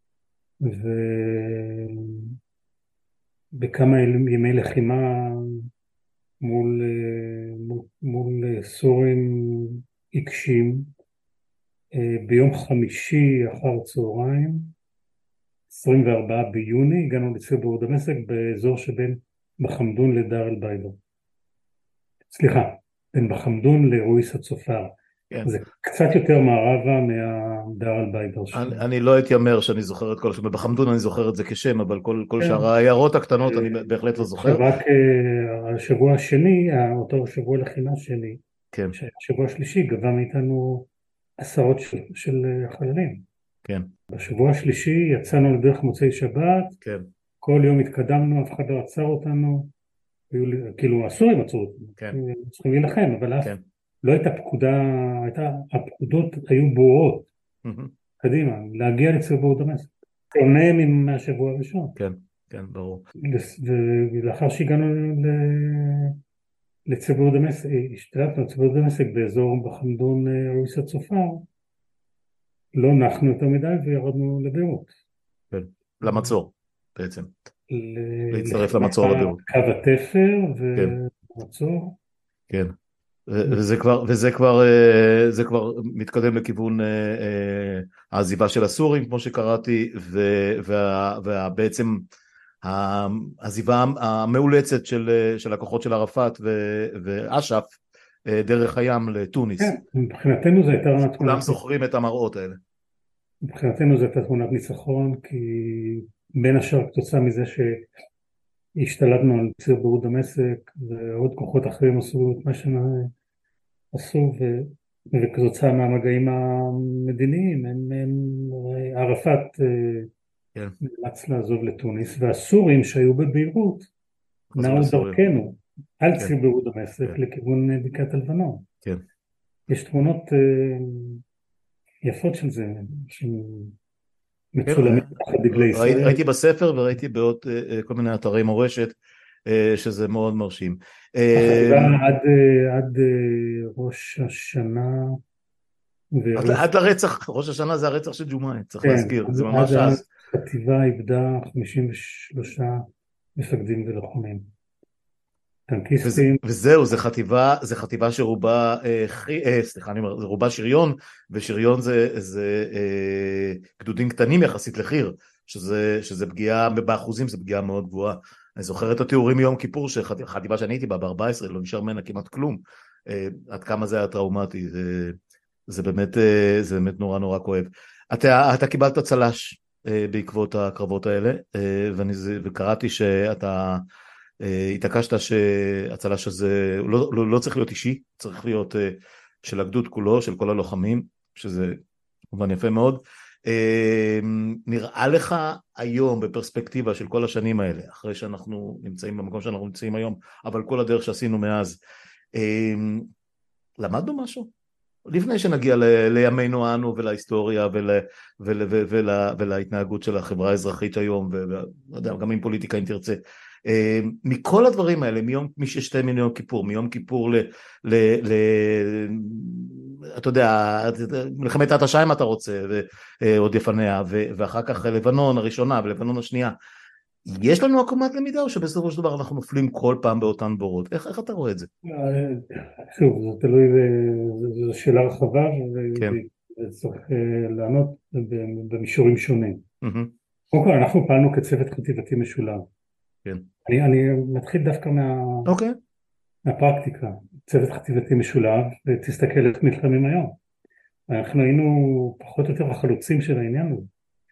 ובכמה ימי לחימה מול, מול, מול סורים עיקשים, ביום חמישי אחר צהריים, עשרים וארבעה ביוני, הגענו לציר בירות דמשק באזור שבין מחמדון לדאר אל ביידר. סליחה, בין מחמדון לרויס הצופר. כן. זה קצת יותר מערבה מהדאר אל ביידר. אני, אני לא אתיימר שאני זוכר את כל השם, בחמדון אני זוכר את זה כשם, אבל כל, כל כן. שאר העיירות הקטנות אני בהחלט לא זוכר. עכשיו רק השבוע השני, אותו שבוע לחימה שני, כן, השבוע השלישי גבה מאיתנו עשרות של, של חללים. כן, בשבוע השלישי יצאנו לדרך מוצאי שבת, כן. כל יום התקדמנו, אף אחד לא עצר אותנו, כאילו הסורים עצרו אותנו, כן. צריכים להילחם, אבל אף כן. לא הייתה פקודה, הייתה, הפקודות היו ברורות, מהמם. קדימה, להגיע לציר ברור דמשק, שונה מהשבוע הראשון. כן, כן, ברור. לס- ו- ולאחר שהגענו ל- לציר ברור דמשק, השתלטנו לציר ברור דמשק באזור בחמדון אה, רויס הצופר, לא נחנו יותר מדי וירדנו לביירות. כן. למצור, בעצם. ל- להצטרף לחלק למצור לביירות. קו התפר כן, ומצור. כן. ו- וזה כבר, וזה כבר, אה, זה כבר מתקדם לכיוון אה, אה, העזיבה של הסורים, כמו שקראתי, ו- וה- ובעצם העזיבה המאולצת של, אה, של הכוחות של ערפאת ו- ואש"ף אה, דרך הים לתוניס. כן, מבחינתנו זה הייתה תמונת כולם ניצחון. זוכרים את המראות האלה. מבחינתנו זו הייתה תמונת ניצחון, כי בין השאר כתוצאה מזה שהשתלטנו על ציר ברור דמשק, ועוד כוחות אחרים עשו את מה שהם עשו, ו... וכתוצאה מהמגעים המדיניים, הם, הם, ערפאת אה, כן, נאלץ לעזוב לתוניס, והסורים שהיו בביירות חזרו נעו לסוריה. דרכנו על כן, ציר ברור דמשק כן, לכיוון בקעת הלבנון. כן. יש תמונות אה, יפות של זה, כן, שמצולמים תחת דגלי ראי- ישראל. ראיתי בספר וראיתי בעוד אה, אה, כל מיני אתרי מורשת, אה, שזה מאוד מרשים. אה, החטיבה עד, אה, עד אה, ראש השנה עד וראש... עד לרצח, ראש השנה זה הרצח של ג'ומאי, צריך כן, להזכיר, זה עד ממש אז אז. החטיבה איבדה חמישים ושלושה מפקדים ולוחמים. וזה, טנקיסטים, וזהו, זה חטיבה, זה חטיבה שרובה, אה, חי, אה, סליחה, אני אומר, זה רובה שריון, ושריון זה, זה אה, גדודים קטנים יחסית לחי"ר, שזה, שזה פגיעה, באחוזים זה פגיעה מאוד גבוהה. אני זוכר את התיאורים מיום כיפור, שחטיבה שאני הייתי בה ב-ארבע עשרה, לא נשאר ממנה כמעט כלום, אה, עד כמה זה היה טראומטי, זה, זה באמת, אה, זה באמת נורא נורא כואב. אתה, אתה קיבלת צל"ש אה, בעקבות הקרבות האלה, אה, ואני, וקראתי שאתה, אה, התעקשת שהצל"ש הזה לא, לא, לא צריך להיות אישי, צריך להיות אה, של הגדוד כולו, של כל הלוחמים, שזה כמובן יפה מאוד. אה, נראה לך היום בפרספקטיבה של כל השנים האלה, אחרי שאנחנו נמצאים במקום שאנחנו נמצאים היום, אבל כל הדרך שעשינו מאז, אה, למדנו משהו? לפני שנגיע ל- לימינו אנו ולהיסטוריה ול, ול, ול, ול, ולהתנהגות של החברה האזרחית היום, ולא יודע, גם עם פוליטיקה אם תרצה. אה, מכל הדברים האלה, מיום, מששת ימי יום כיפור, מיום כיפור ל... ל, ל אתה יודע, מלחמת ההתשה אם אתה רוצה, ועוד לפניה, ו- ואחר כך לבנון הראשונה ולבנון השנייה. יש לנו עקומת למידה או שבסופו של דבר אנחנו נופלים כל פעם באותן בורות? איך, איך אתה רואה את זה? שוב, זה תלוי, זו שאלה רחבה כן. וצריך לענות במישורים שונים. מהמם. קודם כל, אנחנו פעלנו כצוות חטיבתי משולב. כן. אני, אני מתחיל דווקא מה, אוקיי. מהפרקטיקה. צוות חטיבתי משולב, ותסתכל איך נלחמים היום. אנחנו היינו פחות או יותר החלוצים של העניין הזה.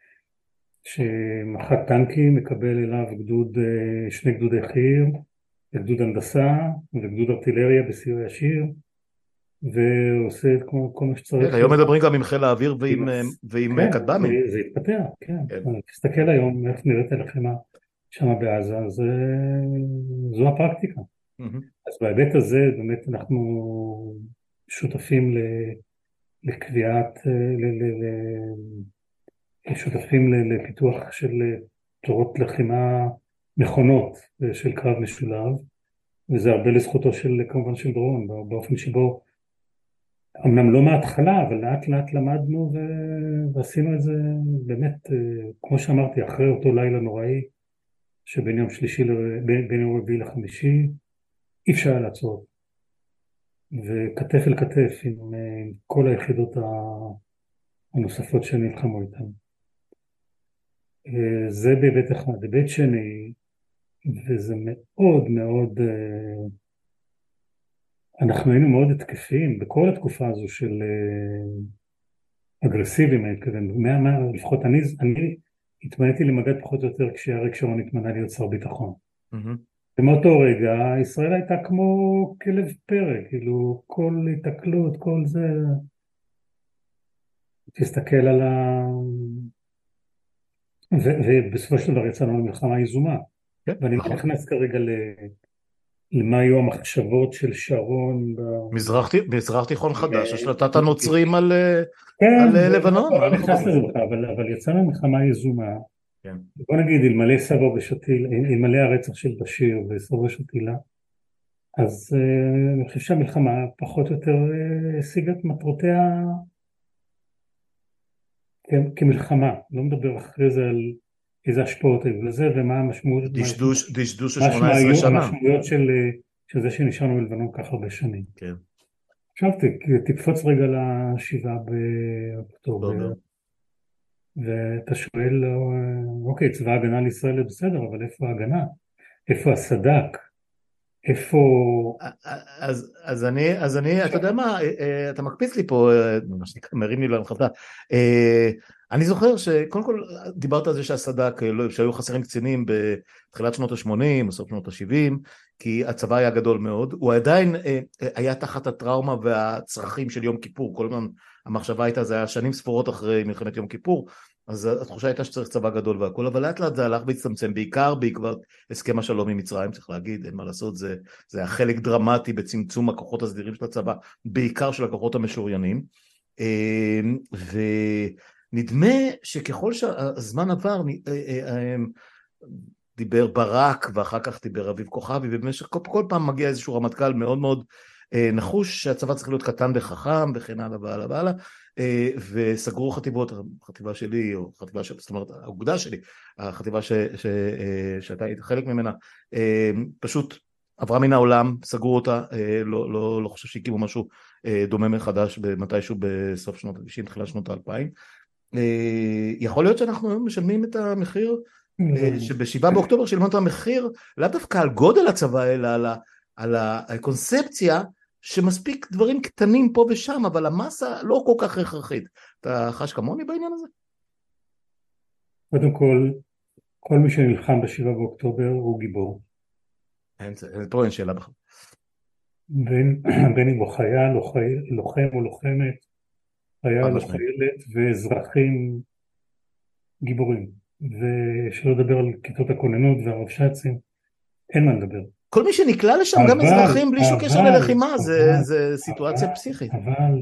שמח"ט טנקים מקבל אליו גדוד, שני גדודי חי"ר, גדוד הנדסה וגדוד ארטילריה בסיוע ישיר, ועושה את כל, כל מה שצריך. כן, היום מדברים גם עם חיל האוויר ועם, ועם כן, כטב"מים. זה, זה התפתח, כן. כן. תסתכל היום איך נראית הלחימה שם בעזה, אז זו הפרקטיקה. מהמם. אז בהיבט הזה באמת אנחנו שותפים ל, לקביעת, ל, ל, ל, שותפים ל, לפיתוח של תורות לחימה נכונות של קרב משולב, וזה הרבה לזכותו של, כמובן, של דורון, באופן שבו אמנם לא מההתחלה, אבל לאט לאט למדנו ו... ועשינו את זה באמת, כמו שאמרתי, אחרי אותו לילה נוראי שבין יום שלישי, בין, בין יום רביעי לחמישי, אי אפשר לעצור. וכתף אל כתף עם, עם כל היחידות הנוספות שנלחמו איתן. זה בהיבט אחד. בהיבט שני, וזה מאוד מאוד, אנחנו היינו מאוד התקפים בכל התקופה הזו של אגרסיביים, אני מתכוון, לפחות אני, אני התמניתי למג"ד פחות או יותר כשאריק שרון התמנה להיות שר ביטחון. ומאותו רגע ישראל הייתה כמו כלב פרא, כאילו כל התקלות, כל זה, תסתכל על, ה... ובסופו של דבר יצאנו למלחמה יזומה, כן, ואני לא נכון. נכנס כרגע למה היו המחשבות של שרון. מזרח תיכון חדש, השלטת הנוצרים על כן, על לבנון, מה לא אנחנו נכנס מדברים? לזה בכלל, אבל, אבל יצאנו למלחמה יזומה. כן. בוא נגיד, אלמלא סבא ושתילה, אלמלא הרצח של בשיר וסבא ושתילה, אז uh, אני חושב שהמלחמה פחות או יותר uh, השיגה את מטרותיה כ- כמלחמה. לא מדבר אחרי זה על איזה השפעות היו לזה ומה המשמעות, מה, דשדוש, דשדוש של מה שמונה עשרה המשמעויות, שנה. המשמעויות של, uh, של זה שנשארנו בלבנון כך הרבה שנים. כן. עכשיו ת- תקפוץ רגע לשבעה באוקטובר. טוב. ואתה שואל, אוקיי, צבא ההגנה לישראל זה בסדר, אבל איפה ההגנה? איפה הסד"כ? איפה... אז, אז אני, אז אני, אתה יודע מה, אתה מקפיץ לי פה, מה שנקרא, מרים לי להנחתה. אני זוכר שקודם כל דיברת על זה שהסד"כ, שהיו חסרים קצינים בתחילת שנות ה-שמונים, בסוף שנות ה-שבעים, כי הצבא היה גדול מאוד, הוא עדיין היה תחת הטראומה והצרכים של יום כיפור, כל הזמן המחשבה הייתה, זה היה שנים ספורות אחרי מלחמת יום כיפור, אז התחושה הייתה שצריך צבא גדול והכל, אבל לאט לאט זה הלך והצטמצם, בעיקר בעקבות הסכם השלום עם מצרים, צריך להגיד, אין מה לעשות, זה, זה היה חלק דרמטי בצמצום הכוחות הסדירים של הצבא, בעיקר של הכוחות המשוריינים, ונדמה שככל שהזמן עבר, דיבר ברק, ואחר כך דיבר אביב כוכבי, ובמשך כל, כל פעם מגיע איזשהו רמטכ"ל מאוד מאוד נחוש, שהצבא צריך להיות קטן וחכם, וכן הלאה והלאה והלאה, וסגרו חטיבות, החטיבה שלי, או חטיבה של, זאת אומרת, האוגדה שלי, החטיבה ש, ש, שאתה היית חלק ממנה, פשוט עברה מן העולם, סגרו אותה, לא, לא, לא חושב שהקימו משהו דומה מחדש, מתישהו בסוף שנות ה-תשעים, תחילת שנות ה-אלפיים. יכול להיות שאנחנו משלמים את המחיר, שבשבעה באוקטובר שילמו את המחיר, לא דווקא על גודל הצבא, אלא על, על הקונספציה, שמספיק דברים קטנים פה ושם, אבל המסה לא כל כך הכרחית. אתה חש כמוני בעניין הזה? קודם כל, כל מי שנלחם בשבעה באוקטובר הוא גיבור. אין, פה אין שאלה בכלל. בין, בין אם הוא חייל, לוחם או לוחמת, חייל או חיילת ואזרחים גיבורים. ושלא לדבר על כיתות הכוננות והרבש"צים, אין מה לדבר. כל מי שנקלע לשם, אבל, גם אזרחים בלי שום קשר ללחימה, אבל, זה, זה סיטואציה אבל, פסיכית. אבל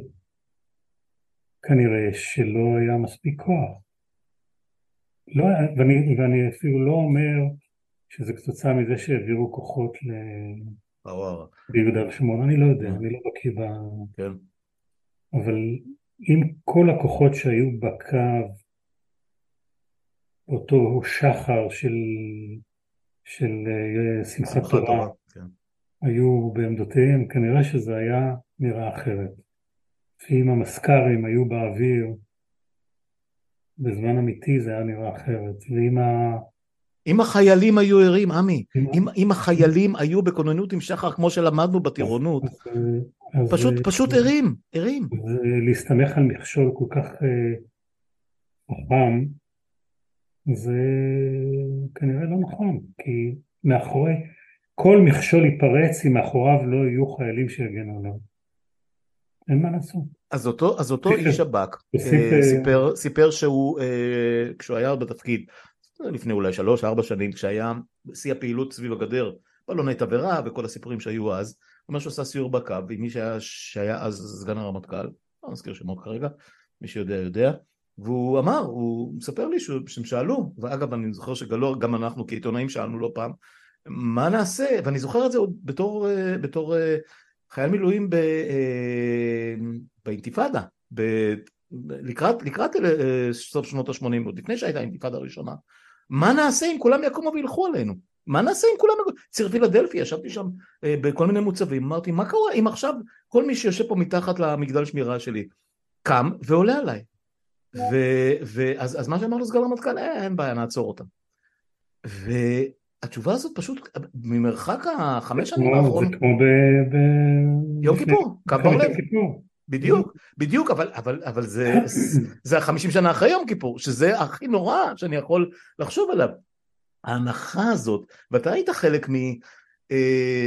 כנראה שלא היה מספיק כוח. לא, ואני, ואני אפילו לא אומר שזה כתוצאה מזה שהעבירו כוחות ל... ביהודה ושומרון, אני לא יודע, אני לא בקיא ב... כן. אבל אם כל הכוחות שהיו בקו, אותו שחר של, של שמחת תורה, כן. היו בעמדותיהם, כנראה שזה היה נראה אחרת. ואם המסקרים היו באוויר, בזמן אמיתי זה היה נראה אחרת. ואם ה... אם החיילים היו ערים, עמי, אם, אם החיילים היו בכוננות עם שחר כמו שלמדנו בטירונות, אז, אז, פשוט, אז, פשוט ערים, ערים. להסתמך על מכשול כל כך חכם, זה כנראה לא נכון, כי מאחורי, כל מכשול ייפרץ אם מאחוריו לא יהיו חיילים שיגנו עליו. אין מה לעשות. אז אותו, אז אותו איש שב"כ סיפר, סיפר שהוא, כשהוא היה בתפקיד, לפני אולי שלוש, ארבע שנים, כשהיה שיא הפעילות סביב הגדר, בלוני תבערה וכל הסיפורים שהיו אז, הוא אומר שהוא עשה סיור בקו, עם מי שהיה, שהיה אז סגן הרמטכ"ל, לא נזכיר שמות כרגע, מי שיודע יודע, והוא אמר, הוא מספר לי שהם שאלו, ואגב אני זוכר שגלור, גם אנחנו כעיתונאים שאלנו לא פעם, מה נעשה, ואני זוכר את זה עוד בתור, בתור חייל מילואים ב, באינתיפאדה, ב, לקראת, לקראת סוף שנות ה-שמונים, עוד לפני שהייתה האינתיפאדה הראשונה, מה נעשה אם כולם יקומו וילכו עלינו? מה נעשה אם כולם... ציר פילדלפי, ישבתי שם אה, בכל מיני מוצבים, אמרתי, מה קורה אם עכשיו כל מי שיושב פה מתחת למגדל שמירה שלי, קם ועולה עליי? ו- ואז, אז מה שאמר לו סגן הרמטכ"ל, אה, אין בעיה, נעצור אותם. והתשובה הזאת פשוט, ממרחק החמש שנים האחרון... זה כמו ב... ב... יום כיפור, קו בר לב. כיפור. בדיוק, בדיוק, אבל, אבל, אבל זה, זה החמישים שנה אחרי יום כיפור, שזה הכי נורא שאני יכול לחשוב עליו. ההנחה הזאת, ואתה היית חלק מ...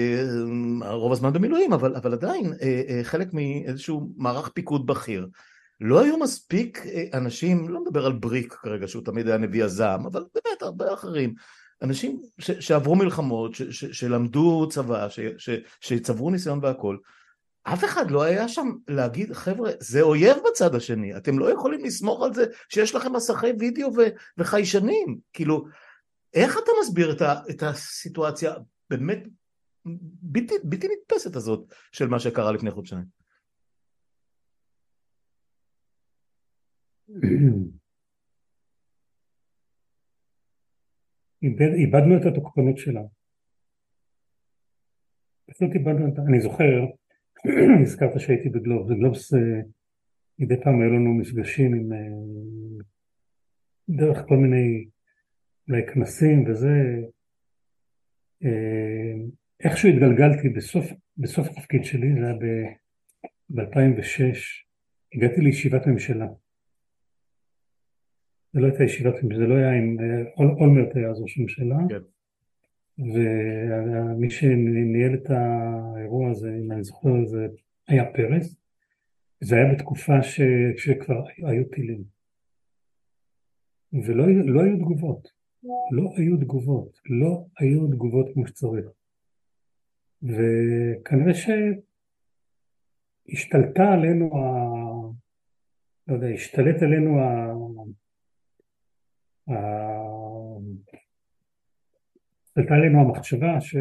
רוב הזמן במילואים, אבל, אבל עדיין חלק מאיזשהו מערך פיקוד בכיר, לא היו מספיק אנשים, לא מדבר על בריק כרגע, שהוא תמיד היה נביא הזעם, אבל באמת הרבה אחרים, אנשים ש, שעברו מלחמות, ש, ש, שלמדו צבא, ש, ש, שצברו ניסיון והכל, אף אחד לא היה שם להגיד, חבר'ה, זה אויב בצד השני, אתם לא יכולים לסמוך על זה שיש לכם מסכי וידאו ו, וחיישנים, כאילו, איך אתה מסביר את, ה, את הסיטואציה באמת בלתי, בלתי נתפסת הזאת של מה שקרה לפני חודשיים? איבדנו את התוקפנות שלנו. פשוט איבדנו את... אני זוכר, נזכרת שהייתי בגלובס, בגלובס מדי פעם היו לנו מפגשים עם דרך כל מיני אולי כנסים וזה, איכשהו התגלגלתי בסוף, בסוף התפקיד שלי, זה היה ב-אלפיים ושש, הגעתי לישיבת ממשלה. זה לא הייתה ישיבת ממשלה, זה לא היה עם אולמרט היה אז ראש ממשלה, כן. ומי שניהל את האירוע הזה, אם אני זוכר, זה היה פרס. זה היה בתקופה ש... שכבר היו טילים. ולא לא היו תגובות. לא היו תגובות. לא היו תגובות כמו שצריך. וכנראה שהשתלטה עלינו, ה... לא יודע, השתלט עלינו ה... ה... השתלטה עלינו המחשבה ש...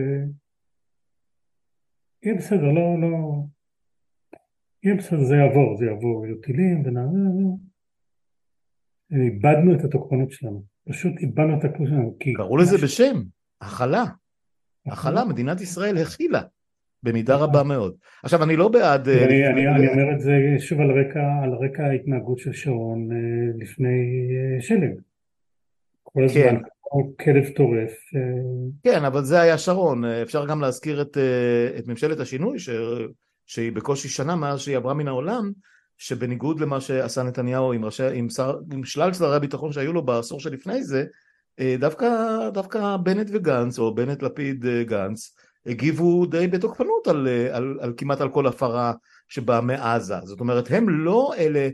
יהיה בסדר, לא, לא... יהיה בסדר, זה יעבור, זה יעבור, יהיו טילים ונעבור. איבדנו את התוקפנות שלנו. פשוט איבדנו את התוקפנות שלנו. קראו לזה בשם, החלה. החלה, מדינת ישראל הכילה. במידה רבה מאוד. עכשיו, אני לא בעד... אני, אני, אני אומר את זה שוב על רקע, על רקע ההתנהגות של שרון לפני שלג. כל הזמן, כלב טורף. כן, אבל זה היה שרון. אפשר גם להזכיר את, את ממשלת השינוי, ש, שהיא בקושי שנה מאז שהיא עברה מן העולם, שבניגוד למה שעשה נתניהו עם, ראשי, עם, שר, עם שלל שרי הביטחון שהיו לו בעשור שלפני זה, דווקא, דווקא בנט וגנץ, או בנט לפיד גנץ, הגיבו די בתוקפנות על, על, על כמעט על כל הפרה שבאה מעזה. זאת אומרת, הם לא אלה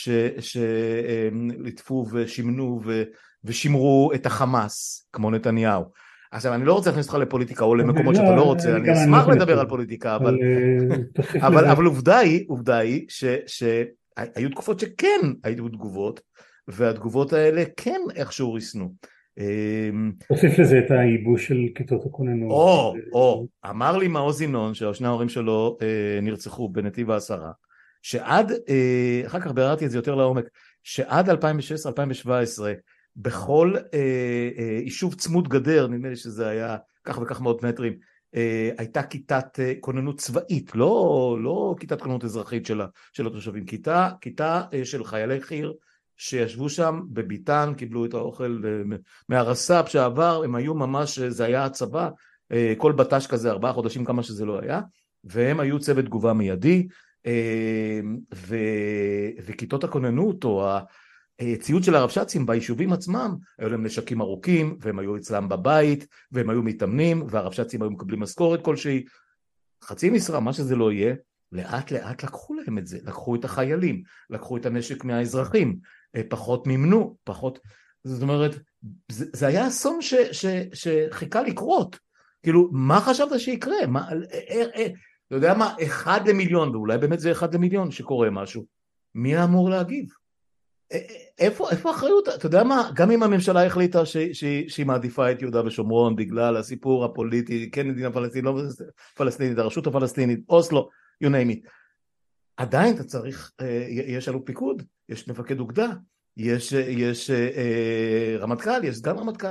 שליטפו ושימנו ו, ושימרו את החמאס, כמו נתניהו. עכשיו, אני לא רוצה להכניס אותך לפוליטיקה או למקומות שאתה לא רוצה, אני אשמח לדבר על פוליטיקה, אבל, אבל, אבל עובדה היא, עובדה היא שהיו תקופות שכן היו תגובות, והתגובות האלה כן איכשהו ריסנו. תוסיף לזה את הייבוש של כיתות הכוננות. או, או, אמר לי מעוז ינון, ששני ההורים שלו נרצחו בנתיב העשרה, שעד, אחר כך ביררתי את זה יותר לעומק, שעד אלפיים ושש עשרה אלפיים שבע עשרה, בכל יישוב צמוד גדר, נדמה לי שזה היה כך וכך מאות מטרים, הייתה כיתת כוננות צבאית, לא, לא כיתת כוננות אזרחית של, של התושבים, כיתה, כיתה של חיילי חי"ר, שישבו שם בביתן, קיבלו את האוכל מהרס"פ שעבר, הם היו ממש, זה היה הצבא, כל בט"ש כזה, ארבעה חודשים כמה שזה לא היה, והם היו צוות תגובה מיידי, ו, וכיתות הכוננות, או הציוד של הרבש"צים ביישובים עצמם, היו להם נשקים ארוכים, והם היו אצלם בבית, והם היו מתאמנים, והרבש"צים היו מקבלים משכורת כלשהי, חצי משרה, מה שזה לא יהיה, לאט לאט לקחו להם את זה, לקחו את החיילים, לקחו את הנשק מהאזרחים, פחות מימנו, פחות, זאת אומרת, זה, זה היה אסון ש, ש, שחיכה לקרות, כאילו, מה חשבת שיקרה? מה, אה, אה, אתה יודע מה, אחד למיליון, ואולי באמת זה אחד למיליון שקורה משהו, מי אמור להגיב? איפה, איפה האחריות? אתה יודע מה, גם אם הממשלה החליטה ש, ש, שהיא מעדיפה את יהודה ושומרון, בגלל הסיפור הפוליטי, כן מדינה פלסטינית, לא פלסטינית, הרשות הפלסטינית, אוסלו, you name it. עדיין אתה צריך, יש אלוף פיקוד, יש מפקד אוגדה, יש, יש רמטכ"ל, יש סגן רמטכ"ל.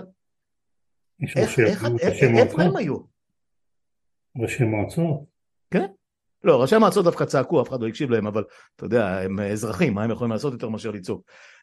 איפה הם היו? ראשי מועצות. כן? לא, ראשי המועצות דווקא צעקו, אף אחד לא הקשיב להם, אבל אתה יודע, הם אזרחים, מה הם יכולים לעשות יותר מאשר לצעוק?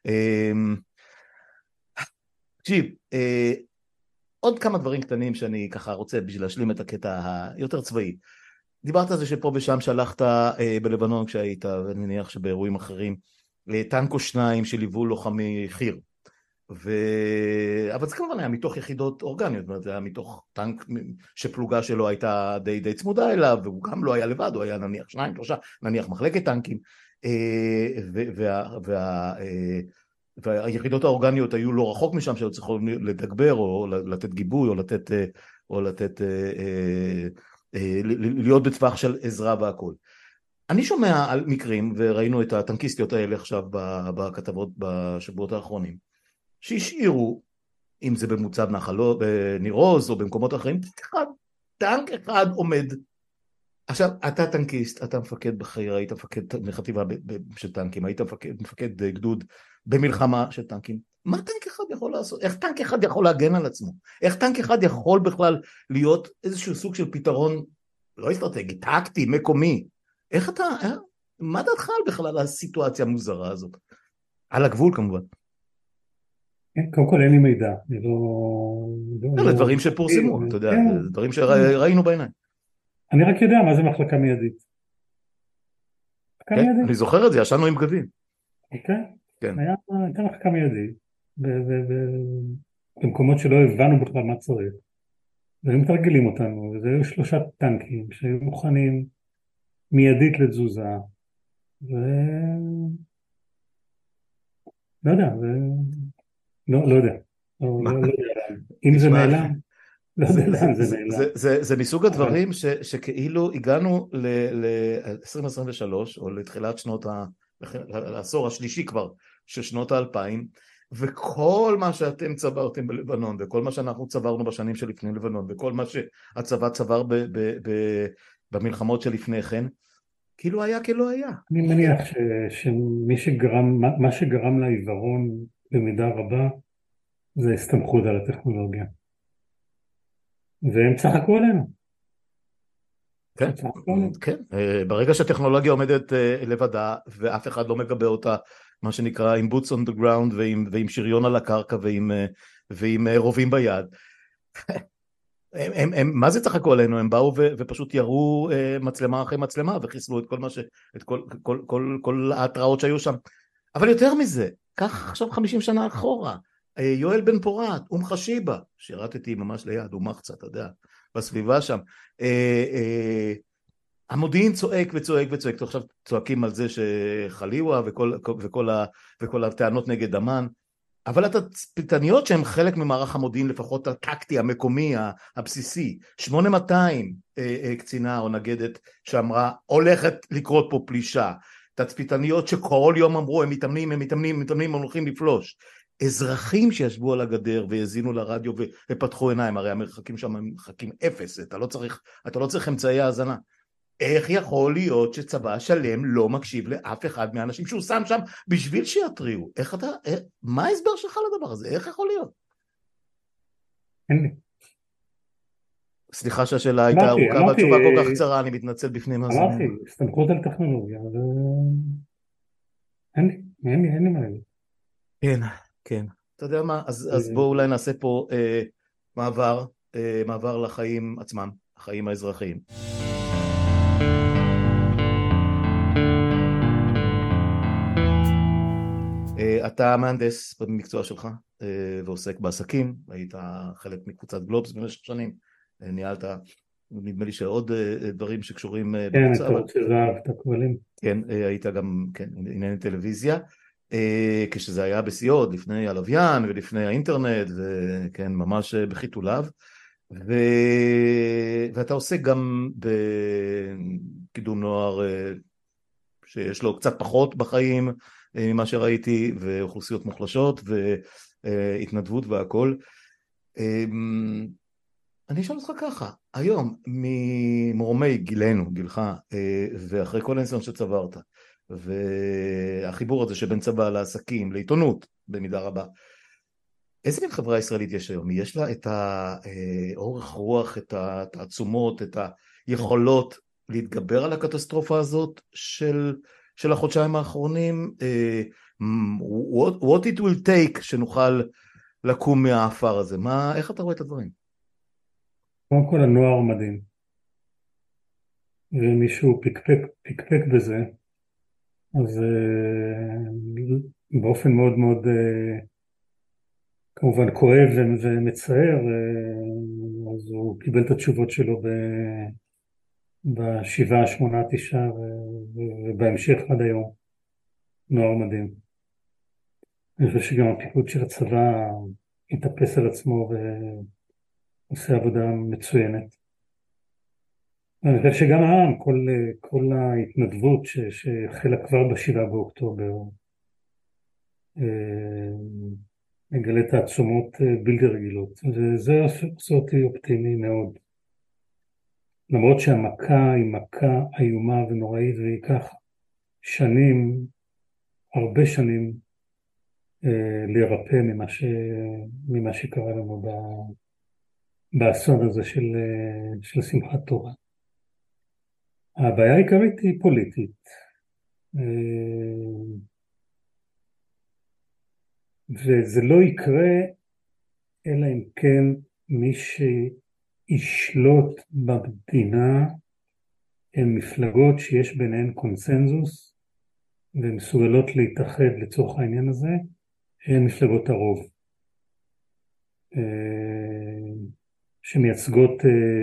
תקשיב, עוד כמה דברים קטנים שאני ככה רוצה בשביל להשלים את הקטע היותר צבאי. דיברת על זה שפה ושם שלחת אה, בלבנון כשהיית, ואני מניח שבאירועים אחרים, טנק או שניים שליוו לוחמי חי"ר. ו... אבל זה כמובן היה מתוך יחידות אורגניות, זה היה מתוך טנק שפלוגה שלו הייתה די, די צמודה אליו, והוא גם לא היה לבד, הוא היה נניח שניים, שלושה, נניח מחלקת טנקים. וה... וה... והיחידות האורגניות היו לא רחוק משם שהיו צריכות לדגבר או לתת גיבוי או לתת, או לתת, להיות בטווח של עזרה והכל. אני שומע על מקרים, וראינו את הטנקיסטיות האלה עכשיו בכתבות בשבועות האחרונים, שהשאירו, אם זה במוצב נחלו, בניר עוז או במקומות אחרים, טנק אחד עומד. עכשיו, אתה טנקיסט, אתה מפקד בחירה, היית מפקד מחטיבה של טנקים, היית מפקד, מפקד גדוד במלחמה של טנקים. מה טנק אחד יכול לעשות? איך טנק אחד יכול להגן על עצמו? איך טנק אחד יכול בכלל להיות איזשהו סוג של פתרון, לא אסטרטגי, טקטי, מקומי? איך אתה, אה? מה דעתך בכלל על הסיטואציה המוזרה הזאת? על הגבול כמובן. קודם כל אין לי מידע. זה דברים שפורסמו, אתה יודע, זה דברים שראינו בעיניים. אני רק יודע מה זה מחלקה מיידית. אני זוכר את זה, ישנו עם גבים. כן, הייתה מחלקה מיידית, במקומות שלא הבנו בכלל מה צריך. והיו מתרגלים אותנו, וזה היו שלושה טנקים שהיו מוכנים מיידית לתזוזה, ו... לא יודע, ו... לא, לא יודע. לא, לא יודע. אם זה נעלם, לא יודע לאן זה נעלם. זה, זה, זה מסוג הדברים ש, שכאילו הגענו ל-עשרים עשרים ושלוש, או לתחילת שנות ה... לעשור השלישי כבר של שנות האלפיים, וכל מה שאתם צברתם בלבנון, וכל מה שאנחנו צברנו בשנים שלפני לבנון, וכל מה שהצבא צבר ב, ב, ב, במלחמות שלפני כן, כאילו היה כלא היה. אני מניח ש, שמי שגרם, מה, מה שגרם לעיוורון במידה רבה, זה הסתמכות על הטכנולוגיה. והם צחקו עלינו. כן, כן. ברגע שהטכנולוגיה עומדת לבדה, ואף אחד לא מגבה אותה, מה שנקרא עם boots on the ground, ועם, ועם שריון על הקרקע, ועם, ועם רובים ביד, הם, הם, הם, מה זה צחקו עלינו? הם באו ו, ופשוט ירו מצלמה אחרי מצלמה, וחיסלו את כל מה ש... את כל, כל, כל, כל ההתראות שהיו שם. אבל יותר מזה, כך עכשיו חמישים שנה אחורה, יואל בן פורת, אום חשיבה, שירתתי ממש ליד, אום מחצה, אתה יודע, בסביבה שם, המודיעין צועק וצועק וצועק, עכשיו צועקים על זה שחליווה וכל, וכל, וכל הטענות נגד אמן, אבל התצפיתניות שהן חלק ממערך המודיעין, לפחות הטקטי, המקומי, הבסיסי, שמונה מאתיים קצינה או נגדת שאמרה, הולכת לקרות פה פלישה, תצפיתניות שכל יום אמרו, הם מתאמנים, הם מתאמנים, הם מתאמנים, הם הולכים לפלוש, אזרחים שישבו על הגדר והזינו לרדיו ופתחו עיניים, הרי המרחקים שם הם מרחקים אפס, אתה לא צריך, אתה לא צריך אמצעי האזנה. איך יכול להיות שצבא שלם לא מקשיב לאף אחד מהאנשים שהוא שם שם בשביל שיתריעו? איך אתה, איך, מה ההסבר שלך לדבר הזה? איך יכול להיות? אין לי. סליחה שהשאלה הייתה ארוכה, והתשובה כל כך קצרה, אני מתנצל בפנים הזה. אמרתי, הסתמכות על טכנולוגיה, אין לי, אין לי, אין לי מה להגיד. כן, כן. אתה יודע מה? אז, אז בואו אולי נעשה פה אה, מעבר, אה, מעבר לחיים עצמם, החיים האזרחיים. אה, אתה מהנדס במקצוע שלך, אה, ועוסק בעסקים, היית חלק מקבוצת גלובס במשך שנים, אה, ניהלת, נדמה לי שעוד אה, דברים שקשורים אה, כן, בקבוצה. אתה רוצה זהב, את הכבלים. כן, אה, היית גם, כן, ענייני טלוויזיה. כשזה היה בשיאו, עוד לפני הלוויין ולפני האינטרנט, וכן, ממש בחיתוליו, ו... ואתה עוסק גם בקידום נוער שיש לו קצת פחות בחיים ממה שראיתי, ואוכלוסיות מוחלשות והתנדבות והכל. אני אשאל אותך ככה, היום ממורמי גילנו, גילך, ואחרי כל הניסיון שצברת, והחיבור הזה שבין צבא לעסקים, לעיתונות במידה רבה, איזה מין חברה ישראלית יש היום? יש לה את האורך רוח, את התעצומות, את היכולות להתגבר על הקטסטרופה הזאת של, של החודשיים האחרונים? What, what it will take שנוכל לקום מהאפר הזה? מה, איך אתה רואה את הדברים? קודם כל הנוער מדהים, ומישהו פיקפק, פיקפק בזה, אז באופן מאוד מאוד כמובן כואב ומצער, אז הוא קיבל את התשובות שלו בשבעה, שמונה, תשעה ובהמשך עד היום. נוער מדהים. אני חושב שגם הפיקוד של הצבא התאפס על עצמו ועושה עבודה מצוינת. אני חושב שגם העם, כל, כל ההתנדבות ש, שהחלה כבר בשבעה באוקטובר, מגלה תעצומות בלתי רגילות, וזה עושה אותי אופטימי מאוד. למרות שהמכה היא מכה איומה ונוראית, וייקח שנים, הרבה שנים, להירפא ממה, ש, ממה שקרה לנו באסון הזה של, של שמחת תורה. הבעיה העיקרית היא פוליטית, וזה לא יקרה אלא אם כן מי שישלוט במדינה הם מפלגות שיש ביניהן קונסנזוס ומסוגלות להתאחד לצורך העניין הזה, הן מפלגות הרוב שמייצגות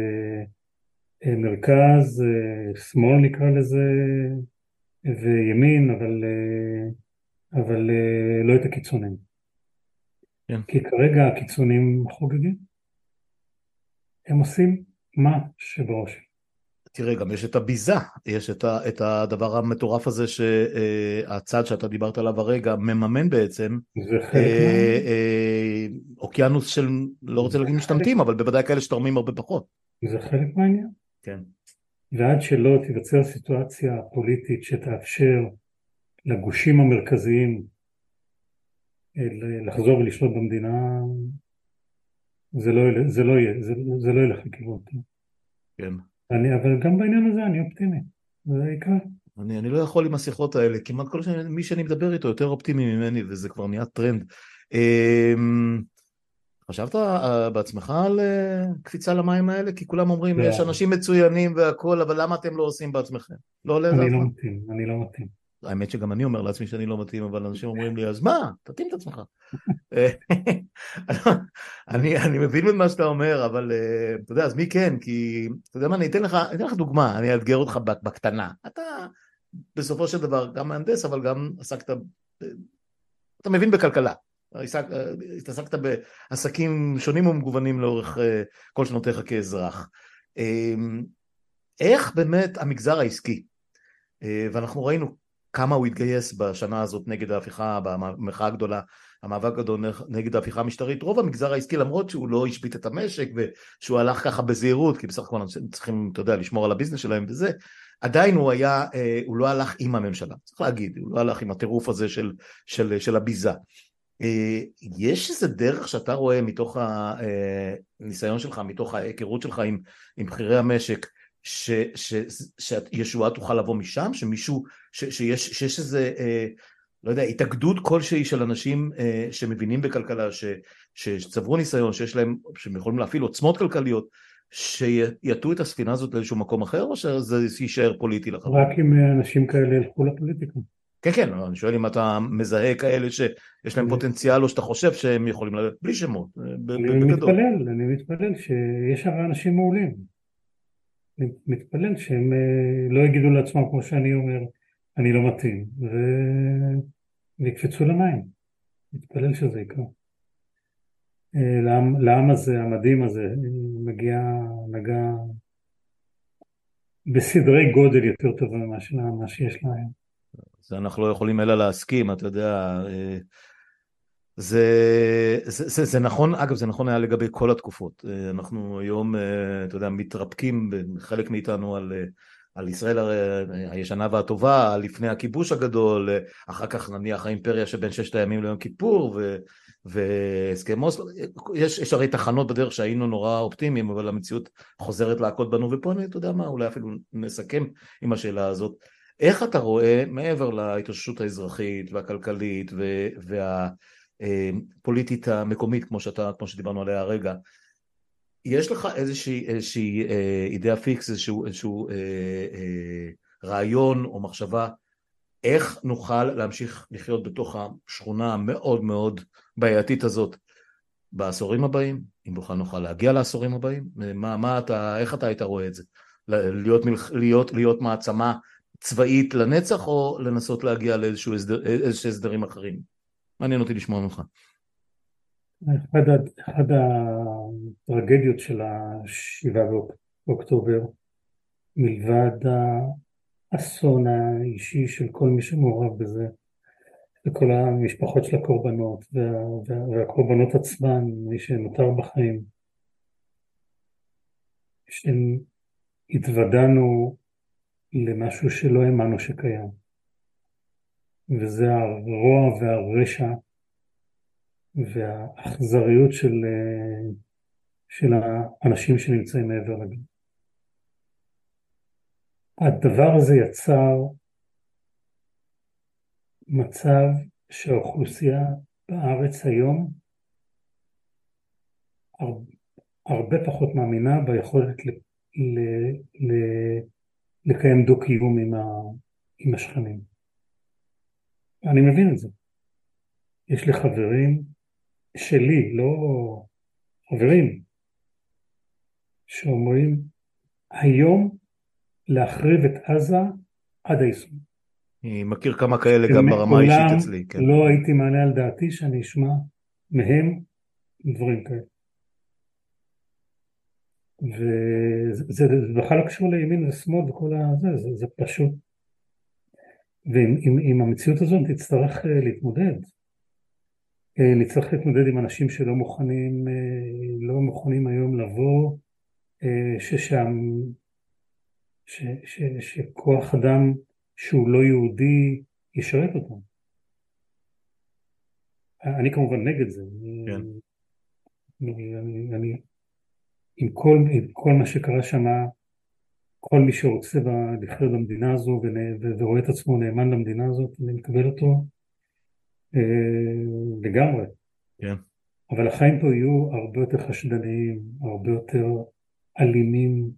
מרכז, שמאל נקרא לזה, וימין, אבל, אבל לא את הקיצונים. כן. כי כרגע הקיצונים חוגגים. הם עושים מה שבראש. תראה, גם יש את הביזה, יש את, ה, את הדבר המטורף הזה שהצד שאתה דיברת עליו הרגע מממן בעצם. זה חלק מהעניין. אוקיינוס של, לא רוצה להגיד משתמטים, אבל בוודאי כאלה שתורמים הרבה פחות. זה חלק מהעניין. כן. ועד שלא תיווצר סיטואציה פוליטית שתאפשר לגושים המרכזיים לחזור ולשלוט במדינה, זה לא, זה לא יהיה, זה, זה לא ילך לכיוון. כן. אני, אבל גם בעניין הזה אני אופטימי, זה יקרה. אני, אני לא יכול עם השיחות האלה, כמעט כל שאני, מי שאני מדבר איתו יותר אופטימי ממני, וזה כבר נהיה טרנד. חשבת בעצמך על קפיצה למים האלה? כי כולם אומרים, יש אנשים מצוינים והכל, אבל למה אתם לא עושים בעצמכם? לא עולה אני לא מתאים, אני לא מתאים. האמת שגם אני אומר לעצמי שאני לא מתאים, אבל אנשים אומרים לי, אז מה? תתאים את עצמך. אני, אני מבין את מה שאתה אומר, אבל אתה יודע, אז מי כן? כי, אתה יודע מה, אני אתן לך, אני אתן לך דוגמה, אני אאתגר אותך בקטנה. אתה בסופו של דבר גם מהנדס, אבל גם עסקת, אתה מבין בכלכלה. התעסקת בעסקים שונים ומגוונים לאורך כל שנותיך כאזרח. איך באמת המגזר העסקי, ואנחנו ראינו כמה הוא התגייס בשנה הזאת נגד ההפיכה, במחאה הגדולה, המאבק גדול נגד ההפיכה המשטרית, רוב המגזר העסקי, למרות שהוא לא השבית את המשק, ושהוא הלך ככה בזהירות, כי בסך הכל צריכים, אתה יודע, לשמור על הביזנס שלהם וזה, עדיין הוא היה, הוא לא הלך עם הממשלה, צריך להגיד, הוא לא הלך עם הטירוף הזה של, של, של הביזה. יש איזה דרך שאתה רואה מתוך הניסיון שלך, מתוך ההיכרות שלך עם, עם בחירי המשק, ש, ש, שישועה תוכל לבוא משם, שמישהו, ש, שיש, שיש איזה, לא יודע, התאגדות כלשהי של אנשים שמבינים בכלכלה, ש, שצברו ניסיון, שיש להם, שהם יכולים להפעיל עוצמות כלכליות, שיתו את הספינה הזאת לאיזשהו מקום אחר, או שזה יישאר פוליטי לחלוטין? רק אם אנשים כאלה ילכו לפוליטיקה. כן, כן, אני שואל אם אתה מזהה כאלה שיש להם פוטנציאל, או שאתה חושב שהם יכולים ללכת בלי שמות, אני מתפלל, אני מתפלל שיש הרבה אנשים מעולים. אני מתפלל שהם לא יגידו לעצמם, כמו שאני אומר, אני לא מתאים, ויקפצו למים. מתפלל שזה יקרה. לעם, לעם הזה, המדהים הזה, מגיע, מגיע בסדרי גודל יותר טובה ממה שיש להם. זה אנחנו לא יכולים אלא להסכים, אתה יודע, זה, זה, זה, זה נכון, אגב זה נכון היה לגבי כל התקופות, אנחנו היום, אתה יודע, מתרפקים, חלק מאיתנו על, על ישראל הישנה והטובה, לפני הכיבוש הגדול, אחר כך נניח האימפריה שבין ששת הימים ליום כיפור, ו, והסכם אוסלו, יש, יש הרי תחנות בדרך שהיינו נורא אופטימיים, אבל המציאות חוזרת להכות בנו, ופה אני, אתה יודע מה, אולי אפילו נסכם עם השאלה הזאת, איך אתה רואה, מעבר להתאוששות האזרחית והכלכלית והפוליטית המקומית, כמו שאתה, כמו שדיברנו עליה הרגע, יש לך איזושהי, איזושהי אידאה פיקס, איזשהו, איזשהו אה, אה, רעיון או מחשבה, איך נוכל להמשיך לחיות בתוך השכונה המאוד מאוד בעייתית הזאת בעשורים הבאים, אם בכלל נוכל להגיע לעשורים הבאים? מה, מה אתה, איך אתה היית רואה את זה? להיות, להיות, להיות מעצמה צבאית לנצח, או לנסות להגיע לאיזשהו הסדר, איזשהו הסדרים אחרים? מעניין אותי לשמוע ממך. אחד, אחד הטרגדיות של השבעה באוקטובר, מלבד האסון האישי של כל מי שמעורב בזה, וכל המשפחות של הקורבנות, וה, וה, והקורבנות עצמן, מי שנותר בחיים, שהתוודענו למשהו שלא האמנו שקיים, וזה הרוע והרשע והאכזריות של, של האנשים שנמצאים מעבר לגבול. הדבר הזה יצר מצב שהאוכלוסייה בארץ היום הרבה פחות מאמינה ביכולת ל, ל, ל, לקיים דו-קיום עם, ה, עם השכנים. אני מבין את זה. יש לי חברים שלי, לא חברים, שאומרים היום להחריב את עזה עד היישום. אני מכיר כמה כאלה גם ברמה האישית אצלי. כן. לא הייתי מעלה על דעתי שאני אשמע מהם דברים כאלה. וזה בכלל לא קשור לימין ושמאל וכל הזה, זה, זה פשוט. ועם עם, עם המציאות הזאת תצטרך להתמודד. נצטרך להתמודד עם אנשים שלא מוכנים, לא מוכנים היום לבוא, ששם, ש, ש, שכוח אדם שהוא לא יהודי ישרת אותם. אני כמובן נגד זה. כן. אני, אני, אני, עם כל, עם כל מה שקרה שם, כל מי שרוצה לחיות במדינה הזו ורואה את עצמו נאמן למדינה הזאת, אני מקבל אותו לגמרי. כן. אבל החיים פה יהיו הרבה יותר חשדניים, הרבה יותר אלימים.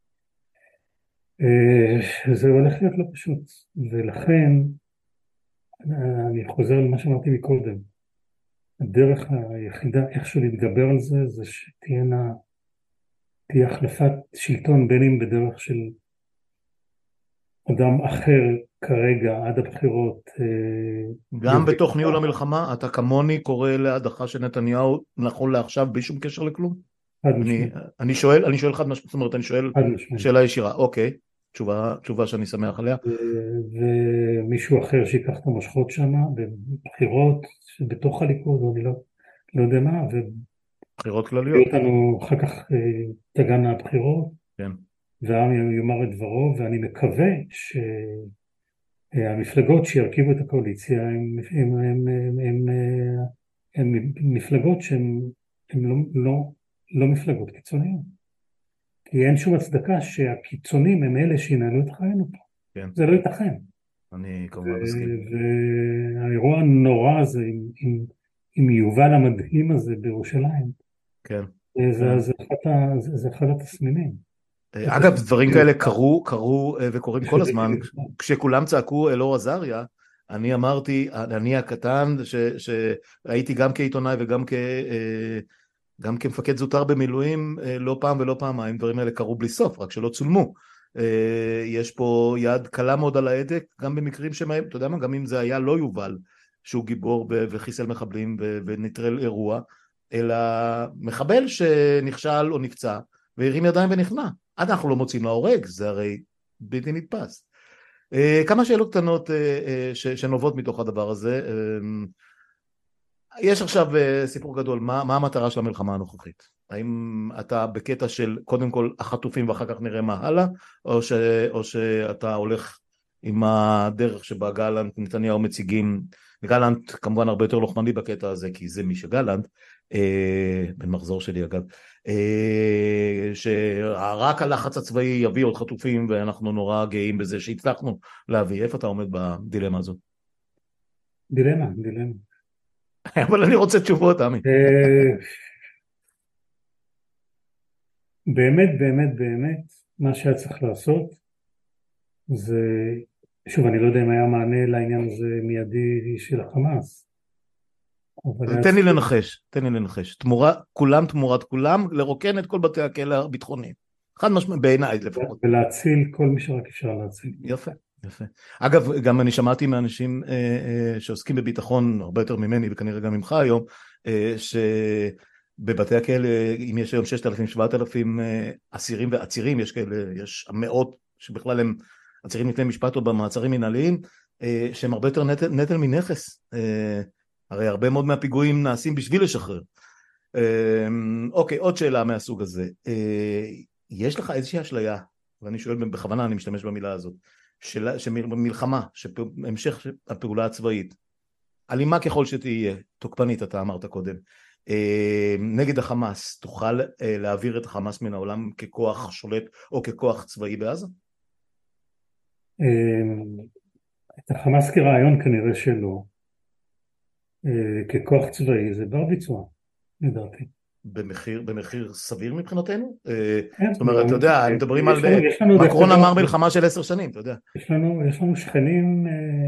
זה הולך להיות לא פשוט. ולכן, אני חוזר למה שאמרתי מקודם, הדרך היחידה איכשהו להתגבר על זה, זה שתהיינה, תהיה החלפת שלטון, בין אם בדרך של אדם אחר כרגע עד הבחירות. גם בתוך ניהול המלחמה, אתה כמוני קורא להדחה של נתניהו נכון לעכשיו בלי שום קשר לכלום? אני, אני שואל, אני שואל חד משמעית, זאת אומרת, אני שואל שאלה ישירה, אוקיי, תשובה, תשובה שאני שמח עליה. ומישהו אחר שיקח את המשכות שם, בבחירות, בתוך הליכוד, אני לא, לא יודע מה, בחירות כלליות. אותנו אחר כך תגענה הבחירות, כן. והעם יאמר את דברו, ואני מקווה שהמפלגות שירכיבו את הקואליציה, הם, הם, הם, הם, הם, הם מפלגות שהן לא, לא, לא מפלגות קיצוניות. כי אין שום הצדקה שהקיצונים הם אלה שינהלו את חיינו פה. כן. זה לא ייתכן. אני כמובן מסכים. והאירוע הנורא הזה עם, עם, עם יובל המדהים הזה בירושלים, כן. זה, כן. זה, אחד, זה, זה אחד התסמינים. אגב, דברים כאלה קרו, קרו וקורים כל הזמן. כשכולם צעקו אלאור עזריה, אני אמרתי, אני הקטן, שהייתי גם כעיתונאי וגם כ... גם כמפקד זוטר במילואים, לא פעם ולא פעמיים, דברים האלה קרו בלי סוף, רק שלא צולמו. יש פה יד קלה מאוד על ההדק, גם במקרים שמהם, אתה יודע מה, גם אם זה היה לא יובל, שהוא גיבור וחיסל מחבלים ונטרל אירוע, אלא מחבל שנכשל או נפצע, והרים ידיים ונכנע. עד אנחנו לא מוצאים להורג, זה הרי בלתי נתפס. כמה שאלות קטנות שנובעות מתוך הדבר הזה. יש עכשיו סיפור גדול, מה, מה המטרה של המלחמה הנוכחית? האם אתה בקטע של קודם כל החטופים ואחר כך נראה מה הלאה, או, ש, או שאתה הולך עם הדרך שבה גלנט נתניהו מציגים, וגלנט כמובן הרבה יותר לוחמני בקטע הזה, כי זה מי שגלנט, אה, בן מחזור שלי אגב, אה, שרק הלחץ הצבאי יביא עוד חטופים, ואנחנו נורא גאים בזה שהצלחנו להביא. איפה אתה עומד בדילמה הזאת? דילמה, דילמה. אבל אני רוצה תשובות, עמי. באמת, באמת, באמת, מה שהיה צריך לעשות, זה, שוב, אני לא יודע אם היה מענה לעניין הזה מיידי של החמאס. תן לי לנחש, תן לי לנחש. תמורה, כולם תמורת כולם, לרוקן את כל בתי הכלא הביטחוניים. חד משמעית, בעיניי לפחות. ולהציל כל מי שרק אפשר להציל. יפה, יפה. אגב, גם אני שמעתי מאנשים אה, אה, שעוסקים בביטחון, הרבה יותר ממני וכנראה גם ממך היום, אה, שבבתי הכלא, אם יש היום ששת אלפים שבעת אלפים אה, אסירים ועצירים, יש כאלה, יש מאות שבכלל הם עצירים לפני משפט או במעצרים מנהליים, אה, שהם הרבה יותר נטל, נטל מנכס. אה, הרי הרבה מאוד מהפיגועים נעשים בשביל לשחרר. אה, אוקיי, עוד שאלה מהסוג הזה. אה, יש לך איזושהי אשליה, ואני שואל בכוונה, אני משתמש במילה הזאת, של, שמלחמה, שהמשך הפעולה הצבאית, אלימה ככל שתהיה, תוקפנית אתה אמרת קודם, נגד החמאס, תוכל להעביר את החמאס מן העולם ככוח שולט או ככוח צבאי בעזה? את החמאס כרעיון כנראה שלא, ככוח צבאי זה בר ביצוע, לדעתי. במחיר, במחיר סביר מבחינתנו? כן, זאת אומרת, אתה יודע, הם מדברים על... מקרון אמר מלחמה של עשר שנים, אתה יודע. יש לנו, יש לנו שכנים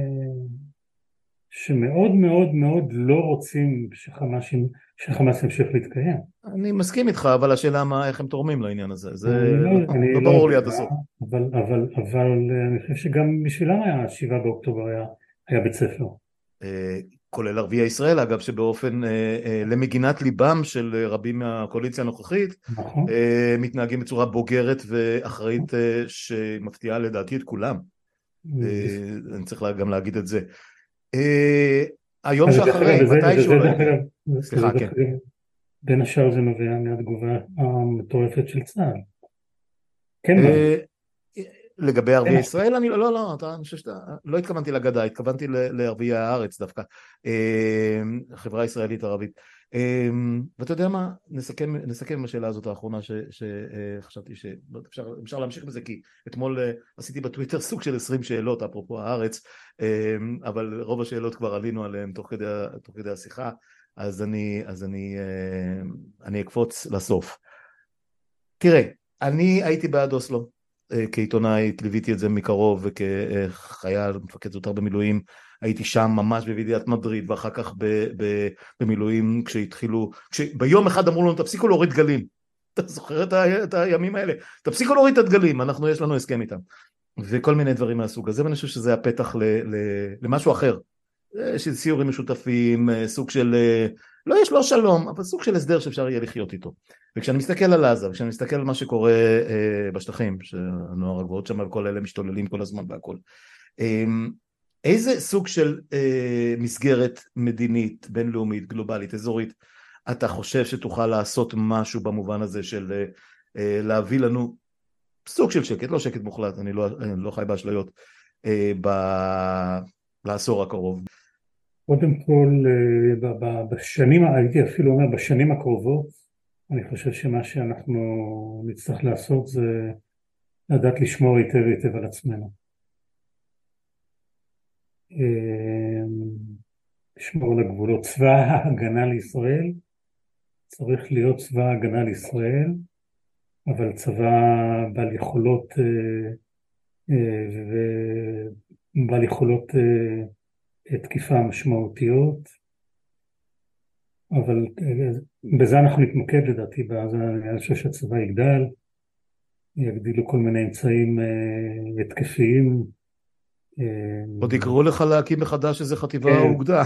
שמאוד מאוד מאוד לא רוצים שחמאס, שחמאס ימשיך להתקיים. אני מסכים איתך, אבל השאלה מה, איך הם תורמים לעניין הזה, זה לא ברור לי עד הסוף. אבל אני חושב שגם בשבילם היה, שבעה באוקטובר היה בית ספר. כולל ערביי ישראל, אגב, שבאופן למגינת ליבם של רבים מהקואליציה הנוכחית, מתנהגים בצורה בוגרת ואחראית שמפתיעה לדעתי את כולם. אני צריך גם להגיד את זה. היום שאחרי, מתי שאולי... סליחה, כן. בין השאר זה נובע מהתגובה המטורפת של צה"ל. כן, לגבי ערביי ישראל, אני לא, לא, לא, אני חושב שאתה, לא התכוונתי לגדה, התכוונתי לערביי הארץ דווקא, החברה הישראלית ערבית. ואתה יודע מה, נסכם, נסכם בשאלה הזאת האחרונה שחשבתי שאפשר להמשיך בזה, כי אתמול עשיתי בטוויטר סוג של עשרים שאלות, אפרופו הארץ, אבל רוב השאלות כבר עלינו עליהן תוך כדי, תוך כדי השיחה, אז אני, אז אני, אני אקפוץ לסוף. תראה, אני הייתי בעד אוסלו, כעיתונאי, ליוויתי את זה מקרוב, וכחייל, מפקד זוטר במילואים, הייתי שם ממש בוועידת מדריד, ואחר כך ב, ב, במילואים כשהתחילו, כשביום אחד אמרו לנו, תפסיקו להוריד דגלים. אתה זוכר את, ה, את הימים האלה? תפסיקו להוריד את הדגלים, אנחנו, יש לנו הסכם איתם. וכל מיני דברים מהסוג הזה, ואני חושב שזה הפתח ל, ל, למשהו אחר. של סיורים משותפים, סוג של, לא יש לא שלום, אבל סוג של הסדר שאפשר יהיה לחיות איתו. וכשאני מסתכל על עזה, וכשאני מסתכל על מה שקורה אה, בשטחים, שהנוער הגבוהות שם וכל אלה משתוללים כל הזמן והכל, אה, איזה סוג של אה, מסגרת מדינית, בינלאומית, גלובלית, אזורית, אתה חושב שתוכל לעשות משהו במובן הזה של אה, להביא לנו סוג של שקט, לא שקט מוחלט, אני לא, אני לא חי באשליות, אה, ב... לעשור הקרוב? קודם כל, בשנים, הייתי אפילו אומר, בשנים הקרובות, אני חושב שמה שאנחנו נצטרך לעשות זה לדעת לשמור היטב היטב על עצמנו. לשמור על הגבולות. צבא ההגנה לישראל צריך להיות צבא ההגנה לישראל, אבל צבא בעל יכולות ובעל יכולות תקיפה משמעותיות, אבל בזה אנחנו נתמקד לדעתי, אני חושב שהצבא יגדל, יגדילו כל מיני אמצעים התקפיים. עוד יקראו לך להקים מחדש איזה חטיבה או אוגדה.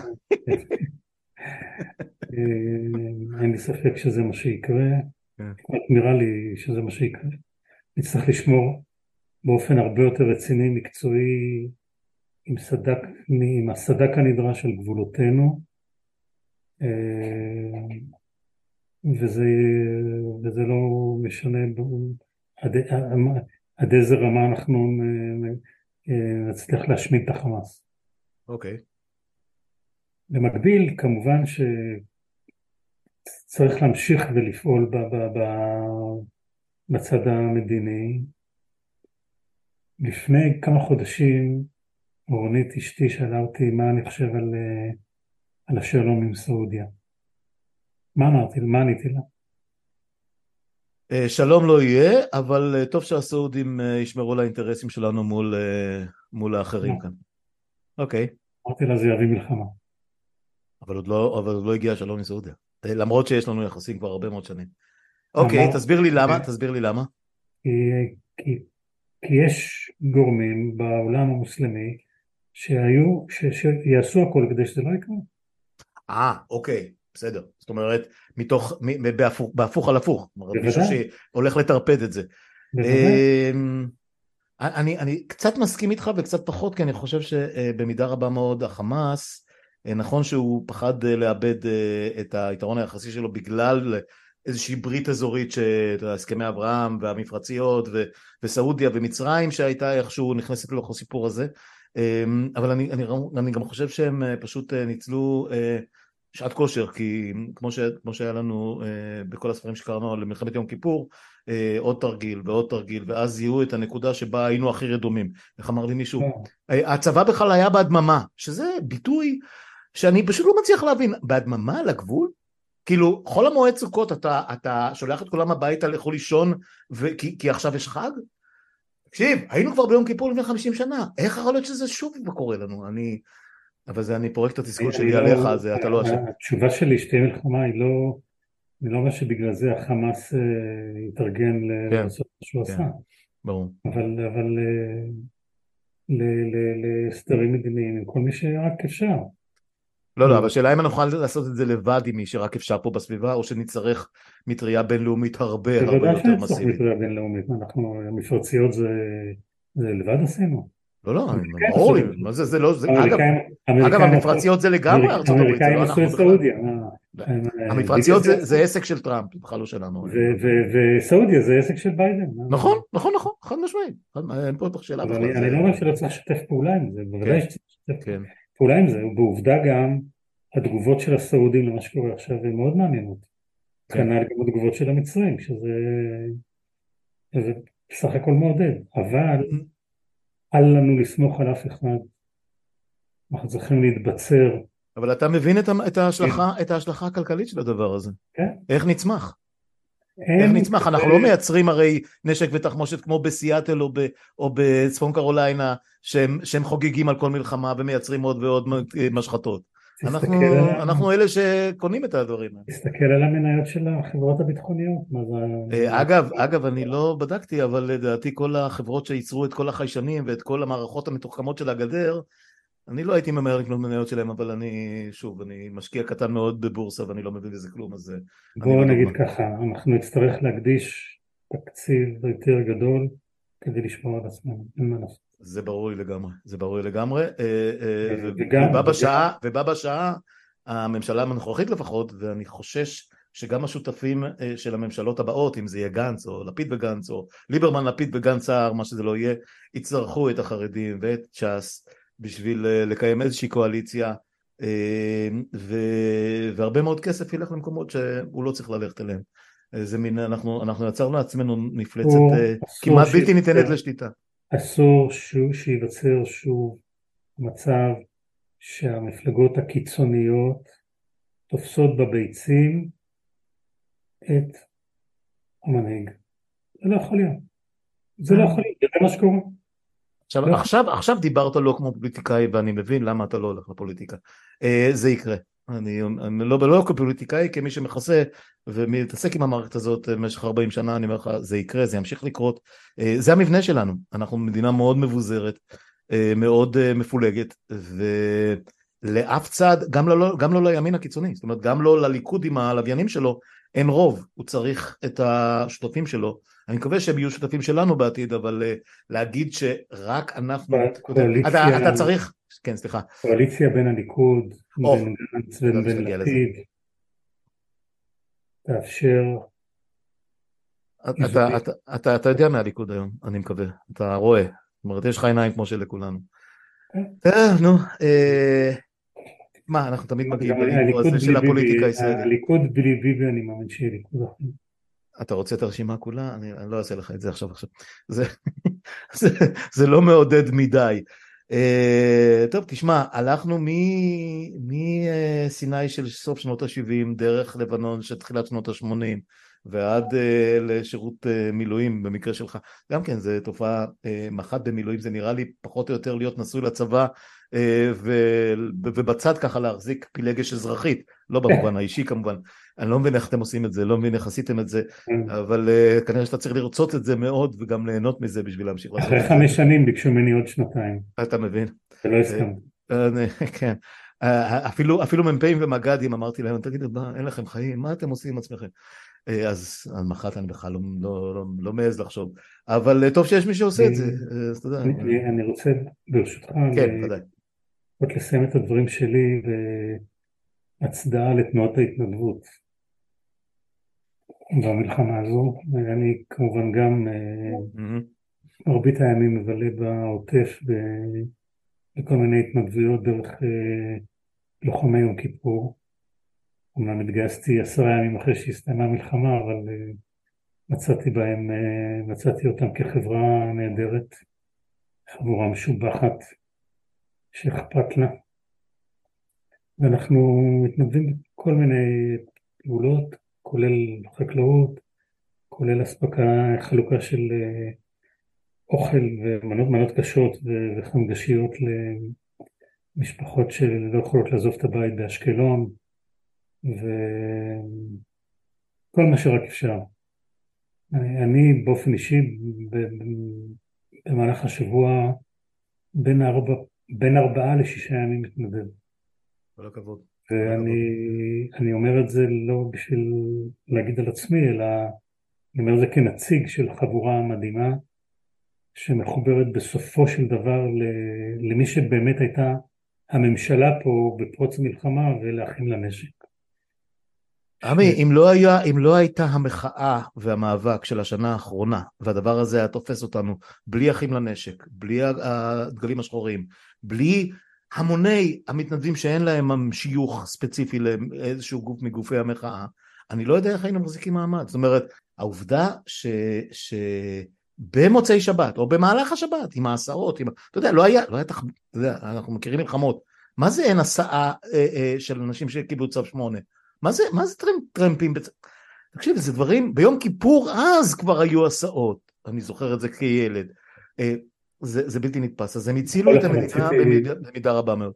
אין לי ספק שזה מה שיקרה, נראה לי שזה מה שיקרה. נצטרך לשמור באופן הרבה יותר רציני, מקצועי, עם סדק, עם הסדק הנדרש של גבולותינו, וזה, וזה לא משנה עד, עד איזה רמה אנחנו נצליח להשמיד את החמאס. אוקיי. במקביל, כמובן שצריך להמשיך ולפעול ב, ב, ב, בצד המדיני. לפני כמה חודשים, אורנית אשתי שאלה אותי מה אני חושב על, על השלום עם סעודיה. מה אמרתי? מה עניתי לה? שלום לא יהיה, אבל טוב שהסעודים ישמרו לאינטרסים שלנו מול, מול האחרים כאן. אוקיי. אמרתי לה זה יביא מלחמה. אבל עוד לא, אבל עוד לא הגיע שלום עם סעודיה. למרות שיש לנו יחסים כבר הרבה מאוד שנים. אוקיי, תסביר לי למה, תסביר לי למה. כי, כי כי יש גורמים בעולם המוסלמי שהיו, ש, שיעשו הכל כדי שזה לא יקרה. אה, אוקיי, בסדר. זאת אומרת, מתוך, מ, בהפוך, בהפוך על הפוך. בוודאי. מישהו שהולך לטרפד את זה. בוודאי. אני, אני קצת מסכים איתך וקצת פחות, כי אני חושב שבמידה רבה מאוד החמאס, נכון שהוא פחד לאבד את היתרון היחסי שלו בגלל איזושהי ברית אזורית של הסכמי אברהם והמפרציות ו, וסעודיה ומצרים שהייתה איכשהו נכנסת לתוך הסיפור הזה, אבל אני, אני, אני גם חושב שהם פשוט ניצלו שעת כושר, כי כמו, ש, כמו שהיה לנו בכל הספרים שקראנו על מלחמת יום כיפור, עוד תרגיל ועוד תרגיל, ואז זיהו את הנקודה שבה היינו הכי רדומים. איך אמר לי מישהו? הצבא בכלל היה בהדממה, שזה ביטוי שאני פשוט לא מצליח להבין. בהדממה על הגבול? כאילו, חול המועד סוכות, אתה, אתה שולח את כולם הביתה לכו לישון, ו- כי, כי עכשיו יש חג? תקשיב, היינו כבר ביום כיפור לפני חמישים שנה, איך יכול להיות שזה שוב קורה לנו? אני, אבל זה אני פורק את התסכול שלי עליך, אז אתה לא אשם. התשובה שלי שתהיה מלחמה היא לא, אני לא אומר שבגלל זה החמאס התארגן לעשות מה שהוא עשה. ברור. אבל, אבל לסדרים מדיניים עם כל מי שרק אפשר. לא, לא, אבל שאלה אם נוכל לעשות את זה לבד עם מי שרק אפשר פה בסביבה, או שנצטרך מטריה בינלאומית הרבה הרבה יותר מסיבית. בוודאי שנצטרך מטריה בינלאומית, אנחנו, המפרציות זה לבד עשינו. לא, לא, ברור לי, מה זה, זה לא, אגב, המפרציות זה לגמרי ארצות הברית, זה לא אנחנו בכלל. המפרציות זה עסק של טראמפ, בכלל לא שלנו. וסעודיה זה עסק של ביידן. נכון, נכון, נכון, חד משמעית. אין פה שאלה בכלל. אני לא אומר שלא צריך לשתף פעולה עם זה, בוודאי שצריך לשתף פעולה עם זה, ובעובדה גם התגובות של הסעודים למה שקורה עכשיו הן מאוד מעניינות. כנ"ל גם התגובות של המצרים, שזה בסך הכל מעודד, אבל אל לנו לסמוך על אף אחד, אנחנו צריכים להתבצר. אבל אתה מבין את ההשלכה, את ההשלכה הכלכלית של הדבר הזה. כן. איך נצמח? איך נצמח? אנחנו לא מייצרים הרי נשק ותחמושת כמו בסיאטל או, ב, או בצפון קרוליינה, שהם, שהם חוגגים על כל מלחמה ומייצרים עוד ועוד משחטות. אנחנו, על... אנחנו אלה שקונים את הדברים. תסתכל על המניות של החברות הביטחוניות. זה... אגב, אגב, אני לא בדקתי, אבל לדעתי כל החברות שייצרו את כל החיישנים ואת כל המערכות המתוחכמות של הגדר, אני לא הייתי ממהר לקנות מניות שלהם, אבל אני, שוב, אני משקיע קטן מאוד בבורסה ואני לא מבין בזה כלום, אז... בואו נגיד ככה, אנחנו נצטרך להקדיש תקציב יותר גדול כדי לשמור על עצמנו, אין מה לעשות. זה ברור לי לגמרי, זה ברור לי לגמרי, ובא בשעה, ובא בשעה, הממשלה הנוכחית לפחות, ואני חושש שגם השותפים של הממשלות הבאות, אם זה יהיה גנץ או לפיד וגנץ, או ליברמן, לפיד וגנץ סער, מה שזה לא יהיה, יצטרכו את החרדים ואת ש"ס, בשביל לקיים איזושהי קואליציה, והרבה מאוד כסף ילך למקומות שהוא לא צריך ללכת אליהם. זה מין, אנחנו, אנחנו יצרנו לעצמנו מפלצת כמעט בלתי ניתנת לשליטה. אסור שייווצר שוב מצב שהמפלגות הקיצוניות תופסות בביצים את המנהיג. זה לא יכול להיות. זה לא יכול להיות, זה מה שקורה. עכשיו, לא. עכשיו, עכשיו דיברת לא כמו פוליטיקאי, ואני מבין למה אתה לא הולך לפוליטיקה. זה יקרה. אני, אני לא, לא כפוליטיקאי, כמי שמחסה ומתעסק עם המערכת הזאת במשך ארבעים שנה, אני אומר לך, זה יקרה, זה ימשיך לקרות. זה המבנה שלנו. אנחנו מדינה מאוד מבוזרת, מאוד מפולגת, ולאף צד, גם לא, גם לא לימין הקיצוני, זאת אומרת, גם לא לליכוד עם הלוויינים שלו, אין רוב, הוא צריך את השותפים שלו. אני מקווה שהם יהיו שותפים שלנו בעתיד, אבל להגיד שרק אנחנו... אתה, אתה צריך... כן, סליחה. קואליציה בין הליכוד, בין גנץ ובין לפיד, תאפשר... אתה יודע מהליכוד היום, אני מקווה. אתה רואה. זאת אומרת, יש לך עיניים כמו שלכולנו. נו, מה, אנחנו תמיד מגיעים לליכוד הזה של הפוליטיקה הישראלית. הליכוד בלי ביבי, אני מאמין שיהיה ליכוד אחר. אתה רוצה את הרשימה כולה? אני לא אעשה לך את זה עכשיו עכשיו. זה לא מעודד מדי. טוב, תשמע, הלכנו מסיני של סוף שנות ה-שבעים, דרך לבנון של תחילת שנות ה-שמונים, ועד לשירות מילואים במקרה שלך. גם כן, זה תופעה, מח"ט במילואים, זה נראה לי פחות או יותר להיות נשוי לצבא, ובצד ככה להחזיק פילגש אזרחית, לא במובן האישי כמובן. אני לא מבין איך אתם עושים את זה, לא מבין איך עשיתם את זה, אבל כנראה שאתה צריך לרצות את זה מאוד, וגם ליהנות מזה בשביל להמשיך לעשות את זה. אחרי חמש שנים ביקשו ממני עוד שנתיים. אתה מבין? ולא הסכמתי. כן. אפילו, אפילו מ"פים ומג"דים אמרתי להם, תגידו, אין לכם חיים, מה אתם עושים עם עצמכם? אז מח"ט אני בכלל לא, לא, לא, לא מעז לחשוב, אבל טוב שיש מי שעושה את זה. אני, אני רוצה ברשותך כן, ודאי. עוד לסיים את הדברים שלי והצדעה לתנועת ההתנדבות במלחמה הזו. אני כמובן גם מרבית הימים מבלה בעוטף בכל מיני התנדבויות דרך לוחמי יום כיפור. אומנם התגייסתי עשרה ימים אחרי שהסתיימה המלחמה, אבל מצאתי בהם, מצאתי אותם כחברה נהדרת, חבורה משובחת שאכפת לה, ואנחנו מתנדבים בכל מיני פעולות, כולל חקלאות, כולל אספקה, חלוקה של אוכל ומנות מנות קשות וחמגשיות למשפחות שלא יכולות לעזוב את הבית באשקלון, וכל מה שרק אפשר. אני, אני באופן אישי במהלך השבוע בין, ארבע, בין ארבעה לשישה ימים מתנדב. כל הכבוד. ואני אני אומר את זה לא בשביל להגיד על עצמי, אלא אני אומר את זה כנציג של חבורה מדהימה, שמחוברת בסופו של דבר למי שבאמת הייתה הממשלה פה בפרוץ המלחמה ולאחים לנשק. עמי, אם לא היה, אם לא הייתה המחאה והמאבק של השנה האחרונה, והדבר הזה היה תופס אותנו בלי אחים לנשק, בלי הדגלים השחורים, בלי המוני המתנדבים שאין להם שיוך ספציפי לאיזשהו גוף מגופי המחאה, אני לא יודע איך היינו מחזיקים מעמד. זאת אומרת, העובדה ש... ש... במוצאי שבת, או במהלך השבת, עם ההסעות, עם... אתה יודע, לא היה, לא היה תח... אתה יודע, אנחנו מכירים מלחמות, מה זה אין הסעה אה, אה, של אנשים שקיבלו צו שמונה? מה זה, מה זה טרמפ, טרמפים? בצ... תקשיב, זה דברים, ביום כיפור אז כבר היו הסעות, אני זוכר את זה כילד, אה, זה, זה בלתי נתפס, אז הם הצילו את המדינה במידה, במידה רבה מאוד.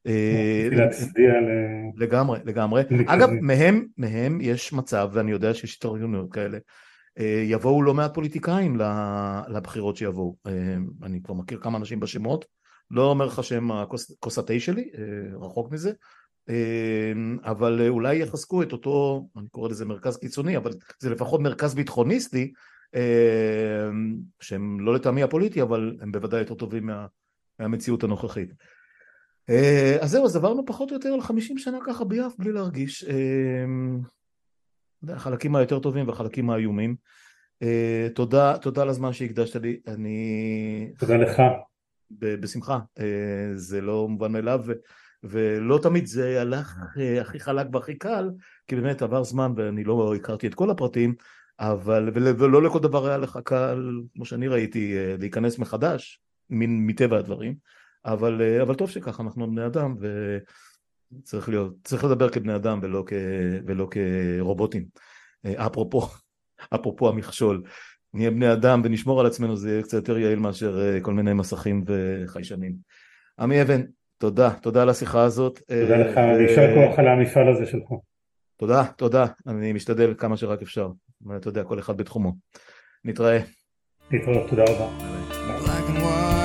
לגמרי, לגמרי. אגב, מהם, מהם יש מצב, ואני יודע שיש התארגנויות כאלה, יבואו לא מעט פוליטיקאים לבחירות שיבואו. אני כבר מכיר כמה אנשים בשמות, לא אומר לך שהם הכוס התה שלי, רחוק מזה, אבל אולי יחזקו את אותו, אני קורא לזה מרכז קיצוני, אבל זה לפחות מרכז ביטחוניסטי, שהם לא לטעמי הפוליטי, אבל הם בוודאי יותר טובים מה, מהמציאות הנוכחית. אז זהו, אז עברנו פחות או יותר על חמישים שנה ככה ביעף, בלי להרגיש. החלקים היותר טובים והחלקים האיומים. תודה, תודה לזמן שהקדשת לי. אני... תודה לך. בשמחה. זה לא מובן מאליו, ולא תמיד זה הלך הכי חלק והכי קל, כי באמת עבר זמן ואני לא הכרתי את כל הפרטים, אבל, ולא לכל דבר היה לך קל, כמו שאני ראיתי, להיכנס מחדש, מטבע הדברים, אבל, אבל טוב שככה, אנחנו בני אדם, וצריך להיות, צריך לדבר כבני אדם ולא, כ, ולא כרובוטים. אפרופו, אפרופו המכשול, נהיה בני אדם ונשמור על עצמנו, זה יהיה קצת יותר יעיל מאשר כל מיני מסכים וחיישנים. עמי אבן, תודה, תודה על השיחה הזאת. תודה לך, וישר כוח על המפעל הזה שלך. תודה, תודה, אני משתדל כמה שרק אפשר, אתה יודע, כל אחד בתחומו. נתראה. נתראה, תודה רבה.